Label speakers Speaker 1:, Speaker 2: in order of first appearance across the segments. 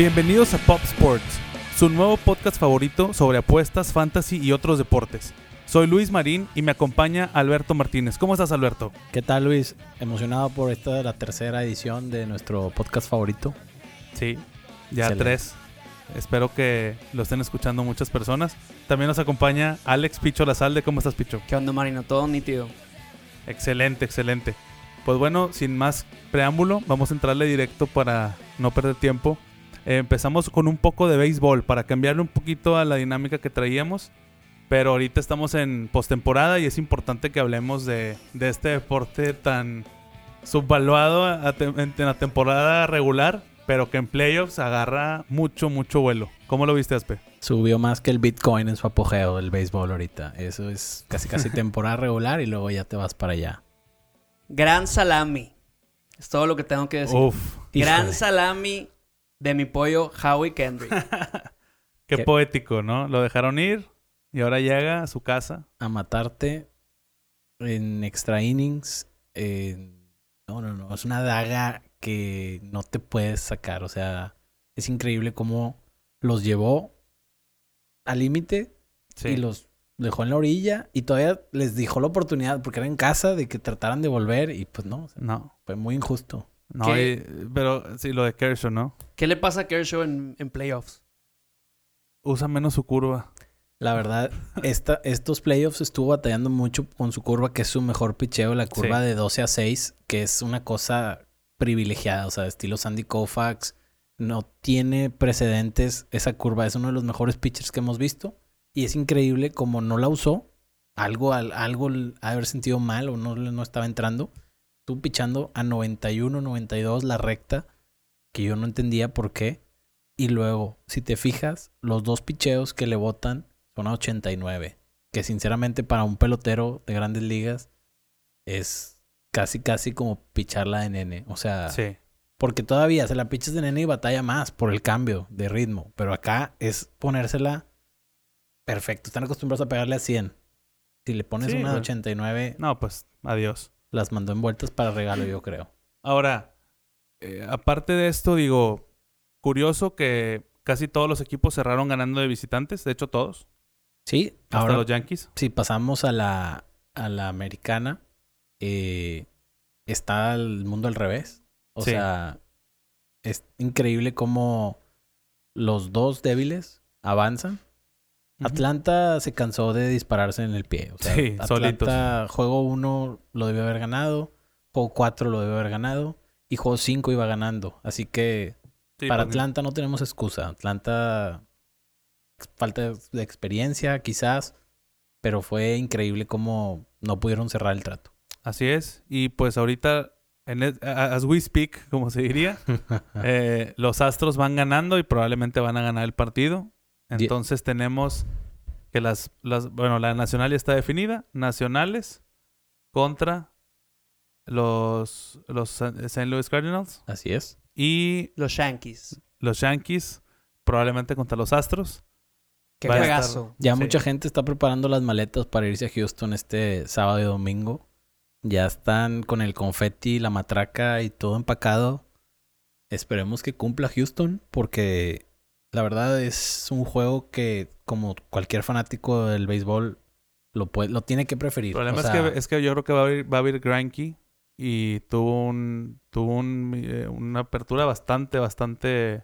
Speaker 1: Bienvenidos a Pop Sports, su nuevo podcast favorito sobre apuestas, fantasy y otros deportes. Soy Luis Marín y me acompaña Alberto Martínez. ¿Cómo estás, Alberto?
Speaker 2: ¿Qué tal, Luis? Emocionado por la tercera edición de nuestro podcast favorito.
Speaker 1: Sí, ya
Speaker 2: Excelente.
Speaker 1: 3. Espero que lo estén escuchando muchas personas. También nos acompaña Alex Picho Lazalde. ¿Cómo estás, Picho?
Speaker 3: ¿Qué onda, Marino? Todo nítido.
Speaker 1: Excelente, excelente. Pues bueno, sin más preámbulo, vamos a entrarle directo para no perder tiempo. Empezamos con un poco de béisbol para cambiarle un poquito a la dinámica que traíamos. Pero ahorita estamos en postemporada y es importante que hablemos de este deporte tan subvaluado en la temporada regular, pero que en playoffs agarra mucho vuelo. ¿Cómo lo viste, Aspe?
Speaker 2: Subió más que el Bitcoin en su apogeo del béisbol ahorita. Eso es casi temporada regular y luego ya te vas para allá.
Speaker 3: Gran salami. Es todo lo que tengo que decir.
Speaker 1: Uf.
Speaker 3: Gran
Speaker 2: Híjole.
Speaker 3: salami de mi pollo Howie Kendrick.
Speaker 1: Qué
Speaker 2: ¿Qué?
Speaker 1: poético, ¿no? Lo dejaron ir y ahora llega a su casa.
Speaker 2: A matarte en extra innings. No. Es una daga que no te puedes sacar. O sea, es increíble cómo los llevó al límite
Speaker 1: Sí.
Speaker 2: y los dejó en la orilla y todavía les dejó la oportunidad porque era en casa de que trataran de volver y pues no, o sea,
Speaker 1: No,
Speaker 2: fue muy injusto.
Speaker 1: pero sí, lo de Kershaw, ¿no?
Speaker 3: ¿Qué le pasa a Kershaw en playoffs?
Speaker 1: Usa menos su curva.
Speaker 2: La verdad, estos playoffs estuvo batallando mucho con su curva, que es su mejor picheo, la curva
Speaker 1: Sí.
Speaker 2: de 12-6, que es una cosa privilegiada, o sea, estilo Sandy Koufax. No tiene precedentes esa curva, es uno de los mejores pitchers que hemos visto. Y es increíble como no la usó, algo ha de haber sentido mal o no estaba entrando. Estuvo pichando a 91, 92 la recta, que yo no entendía por qué. Y luego, si te fijas, los dos picheos que le botan son a 89. Que sinceramente para un pelotero de grandes ligas es casi como picharla de nene. O sea,
Speaker 1: Sí.
Speaker 2: porque todavía se la pichas de nene y batalla más por el cambio de ritmo. Pero acá es ponérsela perfecto. Están acostumbrados a pegarle a 100. Si le pones
Speaker 1: Sí,
Speaker 2: una de
Speaker 1: pues.
Speaker 2: 89,
Speaker 1: No, pues, adiós.
Speaker 2: las mandó en vueltas para regalo, yo creo.
Speaker 1: Ahora, aparte de esto, digo, curioso que casi todos los equipos cerraron ganando de visitantes. De hecho, todos.
Speaker 2: Sí,
Speaker 1: Hasta
Speaker 2: ahora
Speaker 1: los Yankees.
Speaker 2: si pasamos a la americana, está el mundo al revés. O
Speaker 1: Sí.
Speaker 2: sea, es increíble cómo los dos débiles avanzan.
Speaker 1: Ujú.
Speaker 2: Atlanta se cansó de dispararse en el pie. O sea,
Speaker 1: Sí,
Speaker 2: Atlanta, juego 1 lo debió haber ganado, juego 4 lo debió haber ganado y juego 5 iba ganando. Así que
Speaker 1: Sí,
Speaker 2: para
Speaker 1: porque-
Speaker 2: Atlanta no tenemos excusa. Atlanta, falta de experiencia quizás, pero fue increíble cómo no pudieron cerrar el trato.
Speaker 1: Así es. Y pues ahorita, as we speak, como se diría, los Astros van ganando y probablemente van a ganar el partido. Entonces tenemos que la nacional ya está definida. Nacionales contra los St. Louis Cardinals.
Speaker 2: Así es.
Speaker 1: Y
Speaker 3: Los Yankees.
Speaker 1: los Yankees probablemente contra los Astros.
Speaker 3: Qué
Speaker 1: Va a
Speaker 3: juegazo.
Speaker 2: Ya
Speaker 1: Sí.
Speaker 2: mucha gente está preparando las maletas para irse a Houston este sábado y domingo. Ya están con el confeti, la matraca y todo empacado. Esperemos que cumpla Houston porque la verdad es un juego que como cualquier fanático del béisbol lo tiene que preferir.
Speaker 1: El problema
Speaker 2: O sea,
Speaker 1: es que yo creo que va a haber Greinke y tuvo una apertura bastante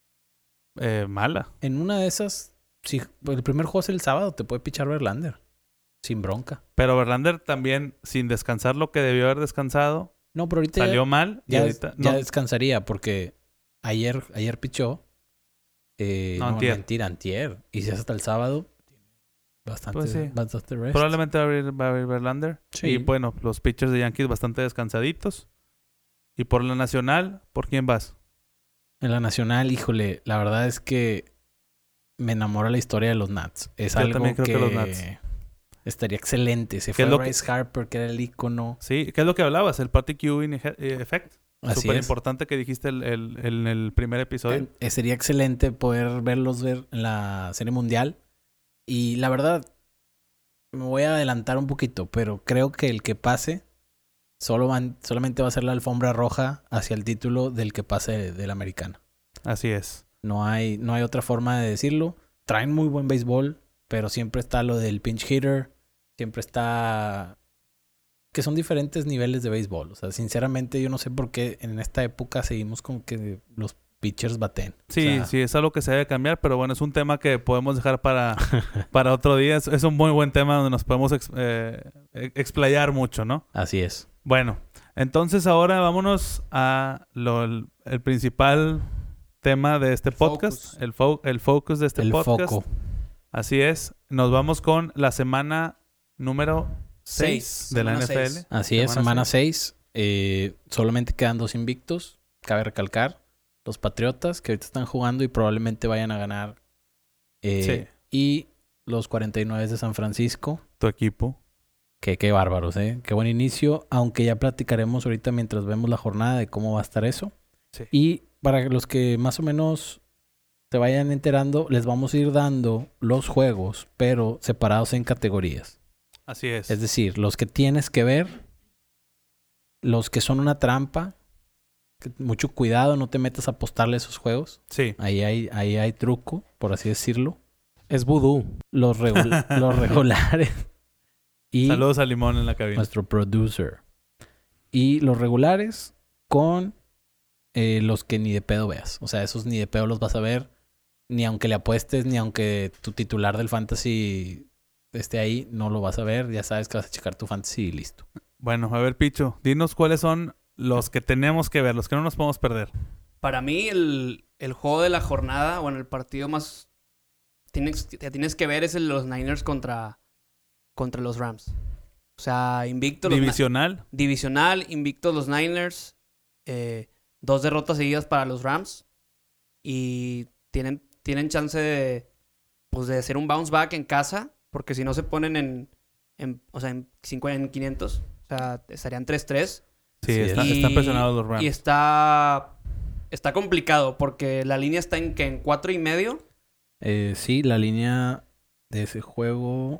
Speaker 1: mala.
Speaker 2: en una de esas, si el primer juego es el sábado, te puede pichar Verlander. Sin bronca.
Speaker 1: Pero Verlander también, sin descansar lo que debió haber descansado,
Speaker 2: No, pero ahorita
Speaker 1: salió mal. Y
Speaker 2: ya
Speaker 1: ahorita,
Speaker 2: ya
Speaker 1: no,
Speaker 2: descansaría porque ayer pichó.
Speaker 1: No, antier.
Speaker 2: Mentira, antier. Y si es hasta el sábado, bastante,
Speaker 1: Pues sí.
Speaker 2: bastante rest.
Speaker 1: probablemente va a abrir Verlander.
Speaker 2: Sí.
Speaker 1: Y bueno, los pitchers de Yankees bastante descansaditos. Y por la nacional, ¿por quién vas?
Speaker 2: En la nacional, híjole, la verdad es que me enamora la historia de los Nats. Es
Speaker 1: Yo
Speaker 2: algo
Speaker 1: también creo que los Nats.
Speaker 2: estaría excelente. Se
Speaker 1: ¿Qué
Speaker 2: fue
Speaker 1: es lo que-
Speaker 2: Bryce Harper, que era el ícono.
Speaker 1: Sí, ¿qué es lo que hablabas? El Party Cueing Effect.
Speaker 2: Así
Speaker 1: Súper
Speaker 2: es.
Speaker 1: importante que dijiste en el primer episodio.
Speaker 2: Sería excelente poder verlos ver en la Serie Mundial. Y la verdad, me voy a adelantar un poquito, pero creo que el que pase solamente va a ser la alfombra roja hacia el título del que pase de la americana.
Speaker 1: Así es.
Speaker 2: No hay otra forma de decirlo. Traen muy buen béisbol, pero siempre está lo del pinch hitter. Siempre está... que son diferentes niveles de béisbol. O sea, sinceramente yo no sé por qué en esta época seguimos con que los pitchers baten.
Speaker 1: Sí,
Speaker 2: O sea,
Speaker 1: sí, es algo que se debe cambiar, pero bueno, es un tema que podemos dejar para otro día. Es un muy buen tema donde nos podemos explayar mucho, ¿no?
Speaker 2: así es.
Speaker 1: Bueno, entonces ahora vámonos a el principal tema de este podcast. El focus de este
Speaker 2: El
Speaker 1: podcast.
Speaker 2: foco.
Speaker 1: Así es. Nos vamos con la semana número 6 de la
Speaker 3: Semana
Speaker 1: NFL.
Speaker 3: 6.
Speaker 2: Así es, semana 6. Solamente quedan 2 invictos. Cabe recalcar. Los Patriotas, que ahorita están jugando y probablemente vayan a ganar.
Speaker 1: Sí.
Speaker 2: Y los 49 de San Francisco.
Speaker 1: Tu equipo.
Speaker 2: Qué bárbaros, ¿eh? Qué buen inicio. Aunque ya platicaremos ahorita mientras vemos la jornada de cómo va a estar eso.
Speaker 1: Sí.
Speaker 2: Y para los que más o menos se vayan enterando, les vamos a ir dando los juegos, pero separados en categorías.
Speaker 1: Así es.
Speaker 2: Es decir, los que tienes que ver, los que son una trampa, mucho cuidado, no te metas a apostarle esos juegos.
Speaker 1: Sí.
Speaker 2: Ahí hay truco, por así decirlo.
Speaker 4: Es vudú.
Speaker 2: Los regulares. Y
Speaker 1: Saludos a Limón en la cabina.
Speaker 2: nuestro producer. Y los regulares con los que ni de pedo veas. O sea, esos ni de pedo los vas a ver. Ni aunque le apuestes, ni aunque tu titular del fantasy esté ahí, no lo vas a ver. Ya sabes que vas a checar tu fantasy y listo.
Speaker 1: Bueno, a ver, Picho, dinos cuáles son los que tenemos que ver, los que no nos podemos perder.
Speaker 3: Para mí, el juego de la jornada, bueno, el partido más tienes que ver es el de los Niners contra los Rams. O sea, invicto.
Speaker 1: Divisional.
Speaker 3: Invictos los Niners. 2 derrotas seguidas para los Rams. Y tienen chance de hacer un bounce back en casa. Porque si no se ponen en 500. O sea, estarían 3-3.
Speaker 1: Sí,
Speaker 2: Sí,
Speaker 1: están presionados los Rams.
Speaker 3: Y está complicado. Porque la línea está en 4.5.
Speaker 2: Sí, la línea de ese juego...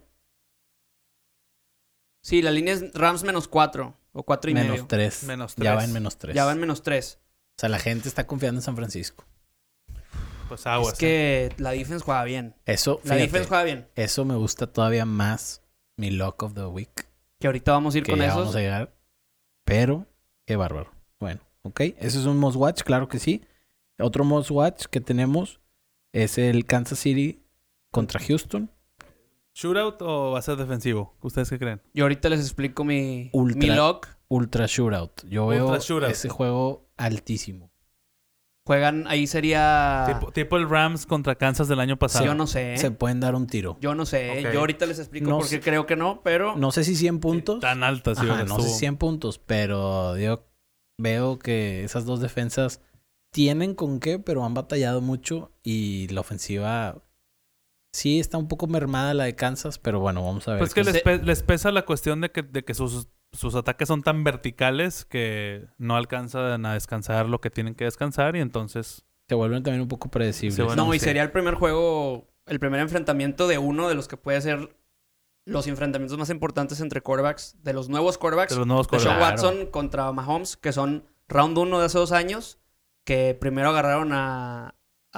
Speaker 3: Sí, la línea es Rams -4 o 4.5.
Speaker 2: -3.
Speaker 1: -3.
Speaker 2: Ya va en -3.
Speaker 3: Ya va en -3.
Speaker 2: O sea, la gente está confiando en San Francisco.
Speaker 1: Pues aguas.
Speaker 3: Es que la defense juega bien.
Speaker 2: Eso,
Speaker 3: La
Speaker 2: fíjate,
Speaker 3: defense juega bien.
Speaker 2: eso me gusta todavía más mi Lock of the Week.
Speaker 3: Que ahorita vamos a ir
Speaker 2: Que
Speaker 3: con
Speaker 2: ya
Speaker 3: esos.
Speaker 2: vamos a llegar. Pero, qué bárbaro. Bueno, ok. Ese es un must watch, claro que sí. Otro must watch que tenemos es el Kansas City contra Houston.
Speaker 1: ¿Shootout o va a ser defensivo? ¿Ustedes qué creen?
Speaker 3: Yo ahorita les explico mi
Speaker 2: Ultra.
Speaker 3: lock.
Speaker 2: Ultra shootout. Yo
Speaker 1: Ultra
Speaker 2: veo
Speaker 1: shootout.
Speaker 2: ese juego altísimo.
Speaker 3: Juegan, ahí sería...
Speaker 1: Tipo el Rams contra Kansas del año pasado.
Speaker 3: Yo no sé.
Speaker 2: Se pueden dar un tiro.
Speaker 3: Yo no sé.
Speaker 1: Ok.
Speaker 3: Yo ahorita les explico
Speaker 2: No
Speaker 3: porque
Speaker 2: sé.
Speaker 3: creo que no, pero...
Speaker 2: No sé si 100 puntos.
Speaker 1: Tan alta, sí.
Speaker 2: Ajá, no sé si 100 puntos, pero yo veo que esas dos defensas tienen con qué, pero han batallado mucho y la ofensiva sí está un poco mermada la de Kansas, pero bueno, vamos a ver.
Speaker 1: Pues que
Speaker 3: qué-
Speaker 1: les pesa la cuestión de que sus ataques son tan verticales que no alcanzan a descansar lo que tienen que descansar y entonces...
Speaker 2: se vuelven también un poco predecibles.
Speaker 1: Se vuelven-
Speaker 3: No, y
Speaker 1: sí.
Speaker 3: sería el primer juego, el primer enfrentamiento de uno de los que puede ser los enfrentamientos más importantes entre quarterbacks, de los nuevos quarterbacks.
Speaker 1: De los nuevos
Speaker 3: De Sean
Speaker 1: quarterbacks.
Speaker 2: Claro.
Speaker 3: Watson contra Mahomes, que son round 1 de hace 2 años, que primero agarraron a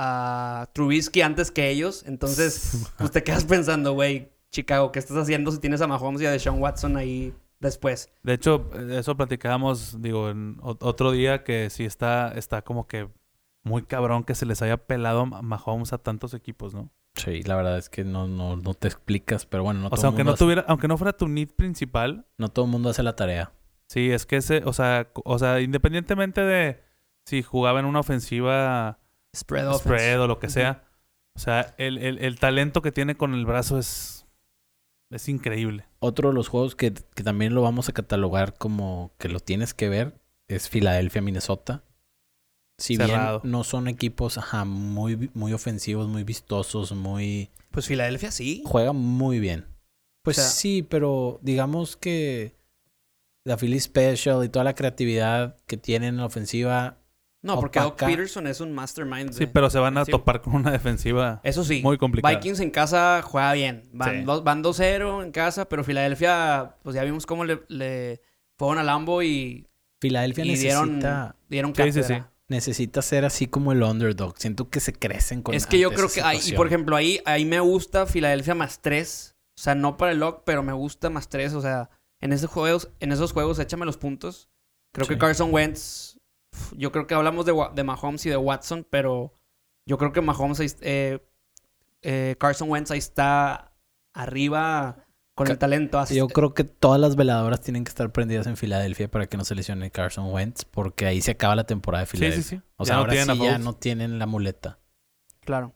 Speaker 3: Trubisky antes que ellos. Entonces, pues te quedas pensando, güey, Chicago, ¿qué estás haciendo si tienes a Mahomes y a Deshaun Watson ahí después?
Speaker 1: De hecho, eso platicábamos, digo, en otro día que sí está como que muy cabrón que se les haya pelado a Mahomes a tantos equipos, ¿no?
Speaker 2: Sí, la verdad es que no te explicas, pero bueno, no
Speaker 1: O
Speaker 2: todo
Speaker 1: sea,
Speaker 2: el mundo
Speaker 1: aunque no fuera tu need principal,
Speaker 2: no todo el mundo hace la tarea.
Speaker 1: sí, es que o sea, independientemente de si jugaba en una ofensiva
Speaker 3: Spread offense.
Speaker 1: spread o lo que sea, o sea, el talento que tiene con el brazo es increíble.
Speaker 2: Otro de los juegos que también lo vamos a catalogar como que lo tienes que ver es Filadelfia, Minnesota. Si
Speaker 1: Cerrado.
Speaker 2: bien no son equipos muy, muy ofensivos, muy vistosos,
Speaker 3: Pues Filadelfia sí.
Speaker 2: juegan muy bien. Pues
Speaker 3: O sea-
Speaker 2: sí, pero digamos que la Philly Special y toda la creatividad que tienen en la ofensiva,
Speaker 3: No, porque Doug
Speaker 2: opaca.
Speaker 3: Peterson es un mastermind.
Speaker 1: Sí, pero se van a
Speaker 3: defensivo.
Speaker 1: topar con una defensiva
Speaker 3: Eso sí.
Speaker 1: muy complicada.
Speaker 3: Vikings en casa juega bien. Van
Speaker 1: Sí.
Speaker 3: 2-0 en casa, pero Filadelfia, pues ya vimos cómo le fueron a Lambo y
Speaker 2: Filadelfia
Speaker 3: dieron
Speaker 2: necesita...
Speaker 3: dieron
Speaker 1: Sí, sí,
Speaker 3: cátedra.
Speaker 1: sí.
Speaker 2: necesita ser así como el underdog. Siento que se crecen con
Speaker 3: Es que yo
Speaker 2: ante
Speaker 3: creo
Speaker 2: esa
Speaker 3: que... y
Speaker 2: situación.
Speaker 3: por ejemplo, ahí me gusta Filadelfia +3. O sea, no para el lock, pero me gusta +3. O sea, en esos juegos échame los puntos. Creo
Speaker 2: Sí.
Speaker 3: que Carson Wentz... Yo creo que hablamos de Mahomes y de Watson, pero yo creo que Mahomes... Carson Wentz ahí está arriba con el talento.
Speaker 2: Yo creo que todas las veladoras tienen que estar prendidas en Filadelfia para que no se lesione Carson Wentz, porque ahí se acaba la temporada de
Speaker 1: Sí,
Speaker 2: Filadelfia.
Speaker 1: sí, sí.
Speaker 2: O
Speaker 1: Ya
Speaker 2: sea,
Speaker 1: no
Speaker 2: ahora
Speaker 1: tienen a
Speaker 2: sí ya
Speaker 1: Foles.
Speaker 2: no tienen la muleta.
Speaker 3: Claro.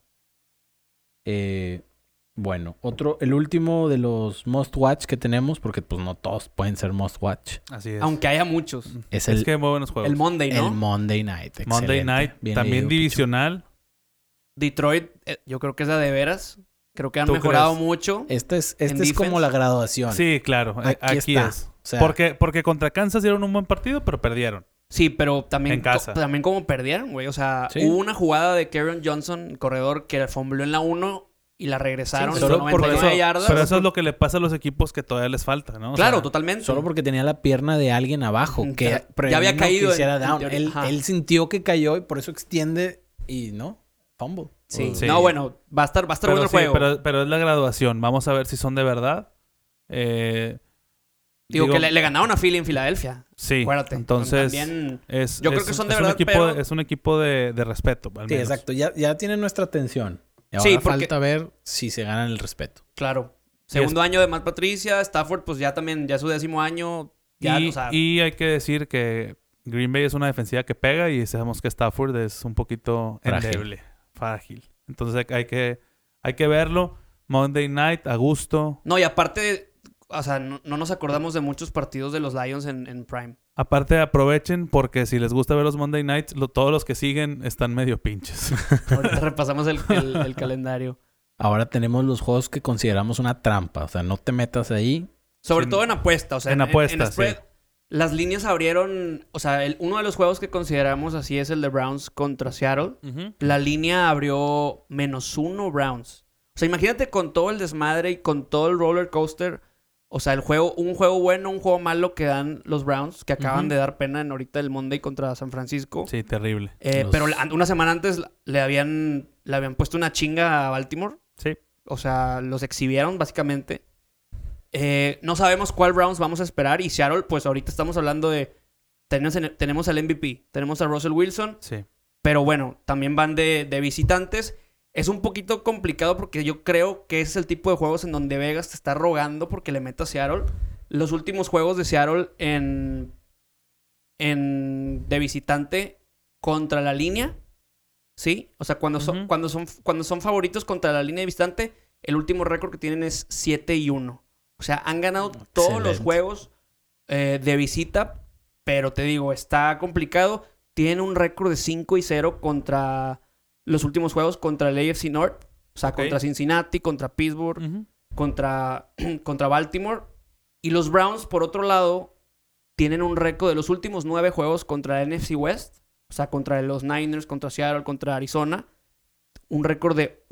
Speaker 2: Bueno, el último de los must watch que tenemos, porque pues no todos pueden ser must watch,
Speaker 1: Así es.
Speaker 3: Aunque haya muchos.
Speaker 2: es
Speaker 1: Es que hay muy buenos juegos.
Speaker 3: El Monday, ¿no?
Speaker 2: el Monday Night.
Speaker 1: Monday
Speaker 2: Excelente.
Speaker 1: Night,
Speaker 2: Bien
Speaker 1: también
Speaker 2: leído, Pichu.
Speaker 1: divisional.
Speaker 3: Detroit, yo creo que es de veras. Creo que han
Speaker 1: ¿Tú
Speaker 3: mejorado
Speaker 1: crees?
Speaker 3: mucho.
Speaker 2: Este es
Speaker 3: defense.
Speaker 2: como la graduación.
Speaker 1: Sí, claro. Aquí
Speaker 2: está.
Speaker 1: es.
Speaker 2: O sea,
Speaker 1: Porque contra Kansas dieron un buen partido, pero perdieron.
Speaker 3: Sí, pero también,
Speaker 1: En casa.
Speaker 3: también como perdieron, güey. O sea,
Speaker 2: Sí.
Speaker 3: hubo una jugada de Kerryon Johnson, el corredor, que fumbleó en la 1 y la regresaron.
Speaker 2: Sí,
Speaker 3: hasta
Speaker 2: solo por
Speaker 3: 99
Speaker 1: eso,
Speaker 3: yardas.
Speaker 1: pero eso es lo que le pasa a los equipos que todavía les falta, ¿no? O
Speaker 3: Claro,
Speaker 1: sea,
Speaker 3: totalmente.
Speaker 2: Solo porque tenía la pierna de alguien abajo que
Speaker 3: Ya había
Speaker 2: previno
Speaker 3: caído
Speaker 2: que hiciera
Speaker 3: en
Speaker 2: down.
Speaker 3: teoría.
Speaker 2: Él,
Speaker 3: Ajá.
Speaker 2: él sintió que cayó y por eso extiende y no, fumble.
Speaker 3: Sí.
Speaker 1: Sí.
Speaker 3: No, bueno, va a estar
Speaker 1: pero
Speaker 3: bueno el
Speaker 1: sí,
Speaker 3: juego.
Speaker 1: pero es la graduación. Vamos a ver si son de verdad.
Speaker 3: Digo que le ganaron a Philly en Filadelfia.
Speaker 1: Sí,
Speaker 3: Acuérdate.
Speaker 1: entonces
Speaker 3: También...
Speaker 1: yo
Speaker 3: creo que son de
Speaker 1: un
Speaker 3: verdad,
Speaker 1: equipo,
Speaker 3: pero-
Speaker 1: es un equipo de respeto, al
Speaker 2: Sí,
Speaker 1: menos.
Speaker 2: exacto. Ya tienen nuestra atención. Y ahora
Speaker 3: Sí, porque-
Speaker 2: falta ver si se ganan el respeto.
Speaker 3: Claro. Segundo año de Matt Patricia. Stafford, pues ya también, ya su 10º año. Ya,
Speaker 1: Y,
Speaker 3: o sea,
Speaker 1: y hay que decir que Green Bay es una defensiva que pega y sabemos que Stafford es un poquito
Speaker 2: Frágil.
Speaker 1: endeble, frágil. Entonces hay que verlo. Monday Night, a gusto.
Speaker 3: No, y aparte, o sea, no nos acordamos de muchos partidos de los Lions en Prime.
Speaker 1: Aparte aprovechen porque si les gusta ver los Monday Nights, todos los que siguen están medio pinches.
Speaker 3: Ahorita repasamos el calendario.
Speaker 2: Ahora tenemos los juegos que consideramos una trampa. O sea, no te metas ahí.
Speaker 3: Sobre
Speaker 1: Sí,
Speaker 3: todo en apuesta. O sea,
Speaker 1: en apuesta,
Speaker 3: spread,
Speaker 1: sí.
Speaker 3: las líneas abrieron... O sea, uno de los juegos que consideramos así es el de Browns contra Seattle. La línea abrió -1 Browns. O sea, imagínate con todo el desmadre y con todo el roller coaster. O sea, un juego bueno, un juego malo que dan los Browns, que acaban
Speaker 1: Ujú.
Speaker 3: de dar pena en ahorita el Monday contra San Francisco.
Speaker 1: Sí, terrible.
Speaker 2: Los-
Speaker 3: Pero una semana antes le habían puesto una chinga a Baltimore.
Speaker 1: Sí.
Speaker 3: O sea, los exhibieron básicamente. No sabemos cuál Browns vamos a esperar. Y Seattle, pues ahorita estamos hablando de... Tenemos al MVP, tenemos a Russell Wilson.
Speaker 1: Sí.
Speaker 3: Pero bueno, también van de visitantes. Es un poquito complicado porque yo creo que es el tipo de juegos en donde Vegas te está rogando porque le meta a Seattle. Los últimos juegos de Seattle de visitante contra la línea, ¿sí? O sea, cuando son,
Speaker 1: Ujú.
Speaker 3: cuando son favoritos contra la línea de visitante, el último récord que tienen es 7-1. O sea, han ganado todos los
Speaker 2: Excelente.
Speaker 3: juegos de visita, pero te digo, está complicado. Tienen un récord de 5-0 contra los últimos juegos contra el AFC North. O sea,
Speaker 1: Ok.
Speaker 3: contra Cincinnati, contra Pittsburgh,
Speaker 1: Ujú.
Speaker 3: contra Baltimore. Y los Browns, por otro lado, tienen un récord de los últimos 9 juegos contra el NFC West. O sea, contra los Niners, contra Seattle, contra Arizona. Un récord de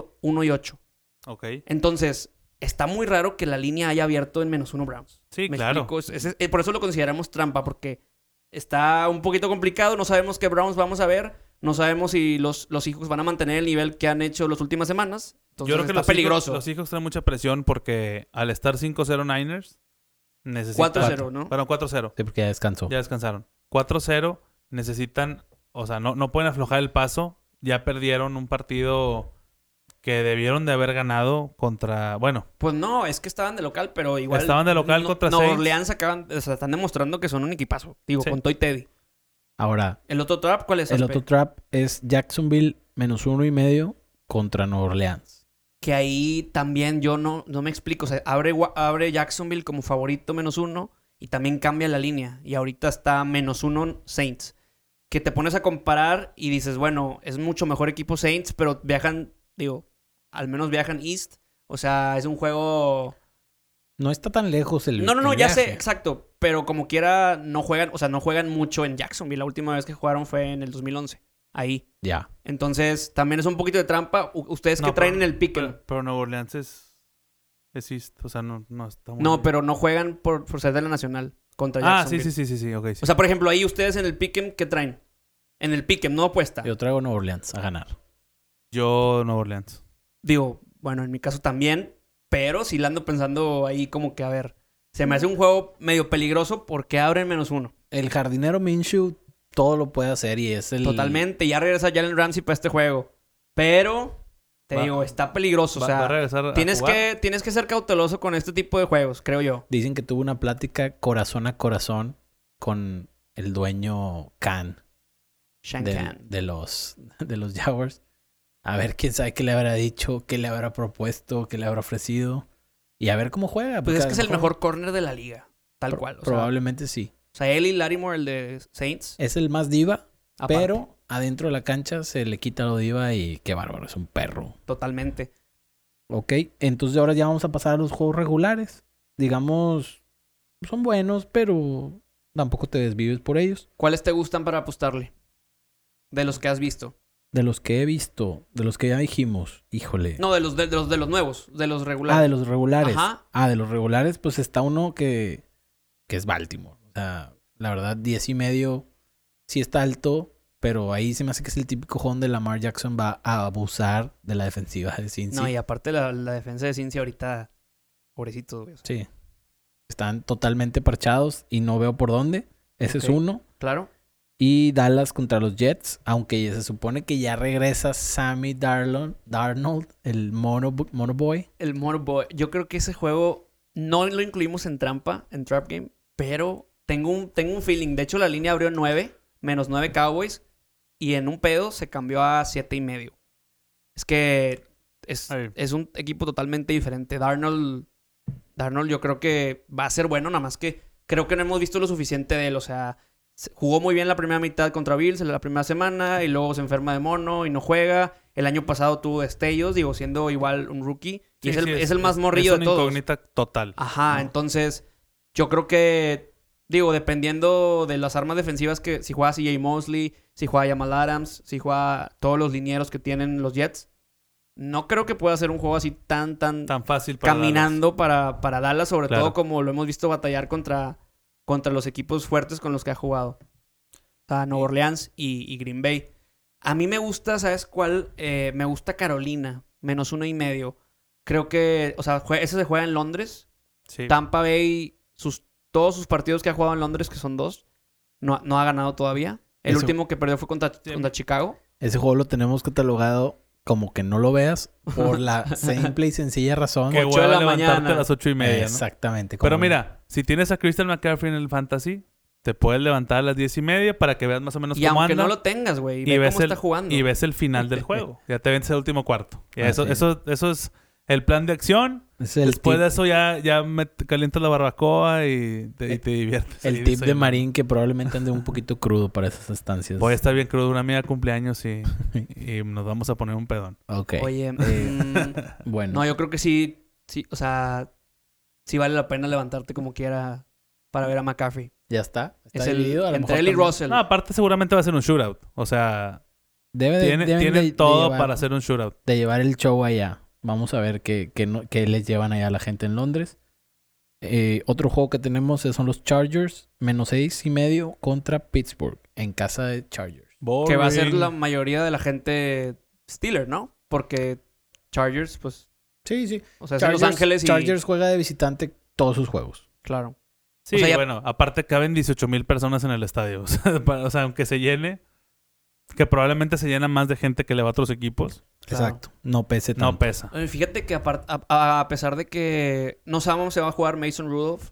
Speaker 3: 1-8.
Speaker 1: Ok.
Speaker 3: Entonces, está muy raro que la línea haya abierto en -1 Browns.
Speaker 1: Sí,
Speaker 3: ¿Me
Speaker 1: claro.
Speaker 3: explico? Por eso lo consideramos trampa, porque está un poquito complicado. No sabemos qué Browns vamos a ver. No sabemos si los hijos van a mantener el nivel que han hecho las últimas semanas. Entonces
Speaker 1: Yo creo que
Speaker 3: está peligroso.
Speaker 1: los hijos traen mucha presión porque al estar 5-0 Niners, necesitan...
Speaker 3: 4-0, ¿no?
Speaker 1: Bueno, 4-0.
Speaker 2: Sí, porque ya descansó.
Speaker 1: Ya descansaron. 4-0, necesitan... O sea, no pueden aflojar el paso. Ya perdieron un partido que debieron de haber ganado contra... Bueno,
Speaker 3: Pues no, es que estaban de local, pero igual...
Speaker 1: Estaban de local contra
Speaker 3: Nueva
Speaker 1: Saints.
Speaker 3: Orleans están demostrando que son un equipazo. Digo,
Speaker 1: Sí.
Speaker 3: con Toy Teddy.
Speaker 2: Ahora,
Speaker 3: ¿El otro trap cuál es?
Speaker 2: el
Speaker 3: Aspe?
Speaker 2: otro trap es Jacksonville -1.5 contra Nueva Orleans.
Speaker 3: Que ahí también yo no me explico. O sea, abre Jacksonville como favorito -1 y también cambia la línea. Y ahorita está -1 Saints. Que te pones a comparar y dices, bueno, es mucho mejor equipo Saints, pero viajan, digo, al menos viajan East. O sea, es un juego...
Speaker 2: No está tan lejos el
Speaker 3: No,
Speaker 2: el
Speaker 3: ya sé,
Speaker 2: viaje.
Speaker 3: exacto. Pero como quiera, no juegan mucho en Jacksonville. La última vez que jugaron fue en el 2011. Ahí.
Speaker 2: Ya.
Speaker 3: Entonces, también es un poquito de trampa. ¿Ustedes qué
Speaker 1: no,
Speaker 3: traen
Speaker 1: pero-
Speaker 3: en el pick?
Speaker 1: Pero Nueva Orleans es East. O sea, no está muy...
Speaker 3: No, pero no juegan por ser de la Nacional contra
Speaker 1: Ah,
Speaker 3: Jacksonville.
Speaker 1: sí, ok. Sí.
Speaker 3: O sea, por ejemplo, ahí ustedes en el Pick'em, ¿qué traen? En el pick-em, no apuesta.
Speaker 2: Yo traigo Nueva Orleans a ganar.
Speaker 1: Yo Nueva Orleans.
Speaker 3: Digo, bueno, en mi caso también. Pero sí la ando pensando ahí como que, a ver, se me hace un juego medio peligroso porque abren -1.
Speaker 2: El jardinero Minshew todo lo puede hacer y es el...
Speaker 3: Totalmente. Ya regresa Jalen Ramsey para este juego. Pero, digo, está peligroso. O sea,
Speaker 1: va a regresar a
Speaker 3: tienes
Speaker 1: jugar.
Speaker 3: que ser cauteloso con este tipo de juegos, creo yo.
Speaker 2: Dicen que tuvo una plática corazón a corazón con el dueño Khan
Speaker 3: Shankan.
Speaker 2: de los Jaguars. A ver quién sabe qué le habrá dicho, qué le habrá propuesto, qué le habrá ofrecido. Y a ver cómo juega.
Speaker 3: Pues
Speaker 2: porque
Speaker 3: es
Speaker 2: a
Speaker 3: que
Speaker 2: lo
Speaker 3: es el
Speaker 2: mejor
Speaker 3: mejor corner de la liga. Tal cual. O sea,
Speaker 2: probablemente sí.
Speaker 3: él y Lattimore, el de Saints.
Speaker 2: Es el más diva,
Speaker 3: Aparte.
Speaker 2: pero adentro de la cancha se le quita lo diva y qué bárbaro, es un perro.
Speaker 3: Totalmente.
Speaker 2: Ok, entonces ahora ya vamos a pasar a los juegos regulares. Digamos, son buenos, pero tampoco te desvives por ellos.
Speaker 3: ¿Cuáles te gustan para apostarle? De los que has visto.
Speaker 2: De los que he visto, de los que ya dijimos, híjole.
Speaker 3: No, de los nuevos, de los regulares.
Speaker 2: De los regulares.
Speaker 3: Ajá.
Speaker 2: De los regulares, pues está uno que es Baltimore. O sea, la verdad, 10.5 sí está alto, pero ahí se me hace que es el típico juego donde Lamar Jackson va a abusar de la defensiva de Cincy.
Speaker 3: No, y aparte la defensa de Cincy ahorita, pobrecitos, güey.
Speaker 2: Sí. Están totalmente parchados y no veo por dónde. Ese es uno.
Speaker 3: Claro.
Speaker 2: Y Dallas contra los Jets, aunque se supone que ya regresa Sammy Darnold, el Mono Boy.
Speaker 3: El Motorboy. Yo creo que ese juego no lo incluimos en trampa, en Trap Game, pero tengo un feeling. De hecho, la línea abrió 9, -9 Cowboys, y en un pedo se cambió a 7.5. Es que es un equipo totalmente diferente. Darnold yo creo que va a ser bueno, nada más que creo que no hemos visto lo suficiente de él. O sea, jugó muy bien la primera mitad contra Bills en la primera semana y luego se enferma de mono y no juega. El año pasado tuvo destellos, digo, siendo igual un rookie. Y
Speaker 1: Sí,
Speaker 3: es el más morrillo de todos.
Speaker 1: Es una incógnita total.
Speaker 3: Ajá,
Speaker 1: ¿no?
Speaker 3: entonces yo creo que, digo, dependiendo de las armas defensivas, que si juega CJ Mosley, si juega Jamal Adams, si juega todos los linieros que tienen los Jets, no creo que pueda ser un juego así tan
Speaker 1: fácil para
Speaker 3: caminando para Dallas, sobre
Speaker 1: Claro.
Speaker 3: todo como lo hemos visto batallar contra los equipos fuertes con los que ha jugado. O sea, Nueva Orleans y Green Bay. A mí me gusta, ¿sabes cuál? Me gusta Carolina, -1.5. Creo que, o sea, ese se juega en Londres.
Speaker 1: Sí.
Speaker 3: Tampa Bay, todos sus partidos que ha jugado en Londres, que son 2, no ha ganado todavía. El
Speaker 2: Eso.
Speaker 3: último que perdió fue contra Chicago.
Speaker 2: Ese juego lo tenemos catalogado como que no lo veas por la simple y sencilla razón.
Speaker 1: Que
Speaker 3: 8 de
Speaker 1: hueva
Speaker 3: la
Speaker 1: levantarte
Speaker 3: mañana.
Speaker 1: a las 8:30, ¿no?
Speaker 2: Exactamente.
Speaker 1: Pero
Speaker 2: como-
Speaker 1: mira, si tienes a Christian McCaffrey en el Fantasy, te puedes levantar a las 10:30 para que veas más o menos
Speaker 3: Y
Speaker 1: cómo
Speaker 3: aunque
Speaker 1: anda.
Speaker 3: no lo tengas, güey,
Speaker 1: y
Speaker 3: ve
Speaker 1: ves
Speaker 3: cómo está jugando.
Speaker 1: Y ves el final del juego. Ya te vences el último cuarto. Y eso
Speaker 2: Así es.
Speaker 1: eso es el plan de acción.
Speaker 2: Es el
Speaker 1: Después
Speaker 2: tip,
Speaker 1: de eso ya calientas la barbacoa y te diviertes.
Speaker 2: el
Speaker 1: ahí
Speaker 2: tip de
Speaker 1: desayunando.
Speaker 2: Marín que probablemente ande un poquito crudo para esas estancias.
Speaker 1: Voy a estar bien crudo. Una amiga de cumpleaños y nos vamos a poner un pedón.
Speaker 2: Ok.
Speaker 3: Oye,
Speaker 2: Bueno.
Speaker 3: no, yo creo que sí, o sea, sí vale la pena levantarte como quiera para ver a McCaffrey.
Speaker 2: Ya está. Está
Speaker 3: Es el
Speaker 2: dividido. A lo
Speaker 3: entre
Speaker 2: mejor
Speaker 3: él y
Speaker 2: también
Speaker 3: Russell.
Speaker 1: No, aparte seguramente va a ser un shootout. O sea,
Speaker 2: deben
Speaker 1: tienen
Speaker 2: de
Speaker 1: todo
Speaker 2: llevar-
Speaker 1: para hacer un shootout.
Speaker 2: de llevar el show allá. Vamos a ver qué les llevan allá a la gente en Londres. Otro juego que tenemos son los Chargers, -6.5 contra Pittsburgh, en casa de Chargers.
Speaker 3: Que va a ser
Speaker 1: Boring.
Speaker 3: la mayoría de la gente Steeler, ¿no? Porque Chargers, pues,
Speaker 2: Sí.
Speaker 3: o sea, es en Los Ángeles y...
Speaker 2: Chargers juega de visitante todos sus juegos.
Speaker 3: Claro.
Speaker 1: Sí,
Speaker 3: O sea, ya-
Speaker 1: bueno, aparte caben 18,000 personas en el estadio. O sea, aunque se llene, que probablemente se llena más de gente que le va a otros equipos,
Speaker 3: Claro.
Speaker 2: Exacto. No pese tanto.
Speaker 1: no pesa.
Speaker 3: Oye, fíjate que a pesar de que no sabemos si va a jugar Mason Rudolph,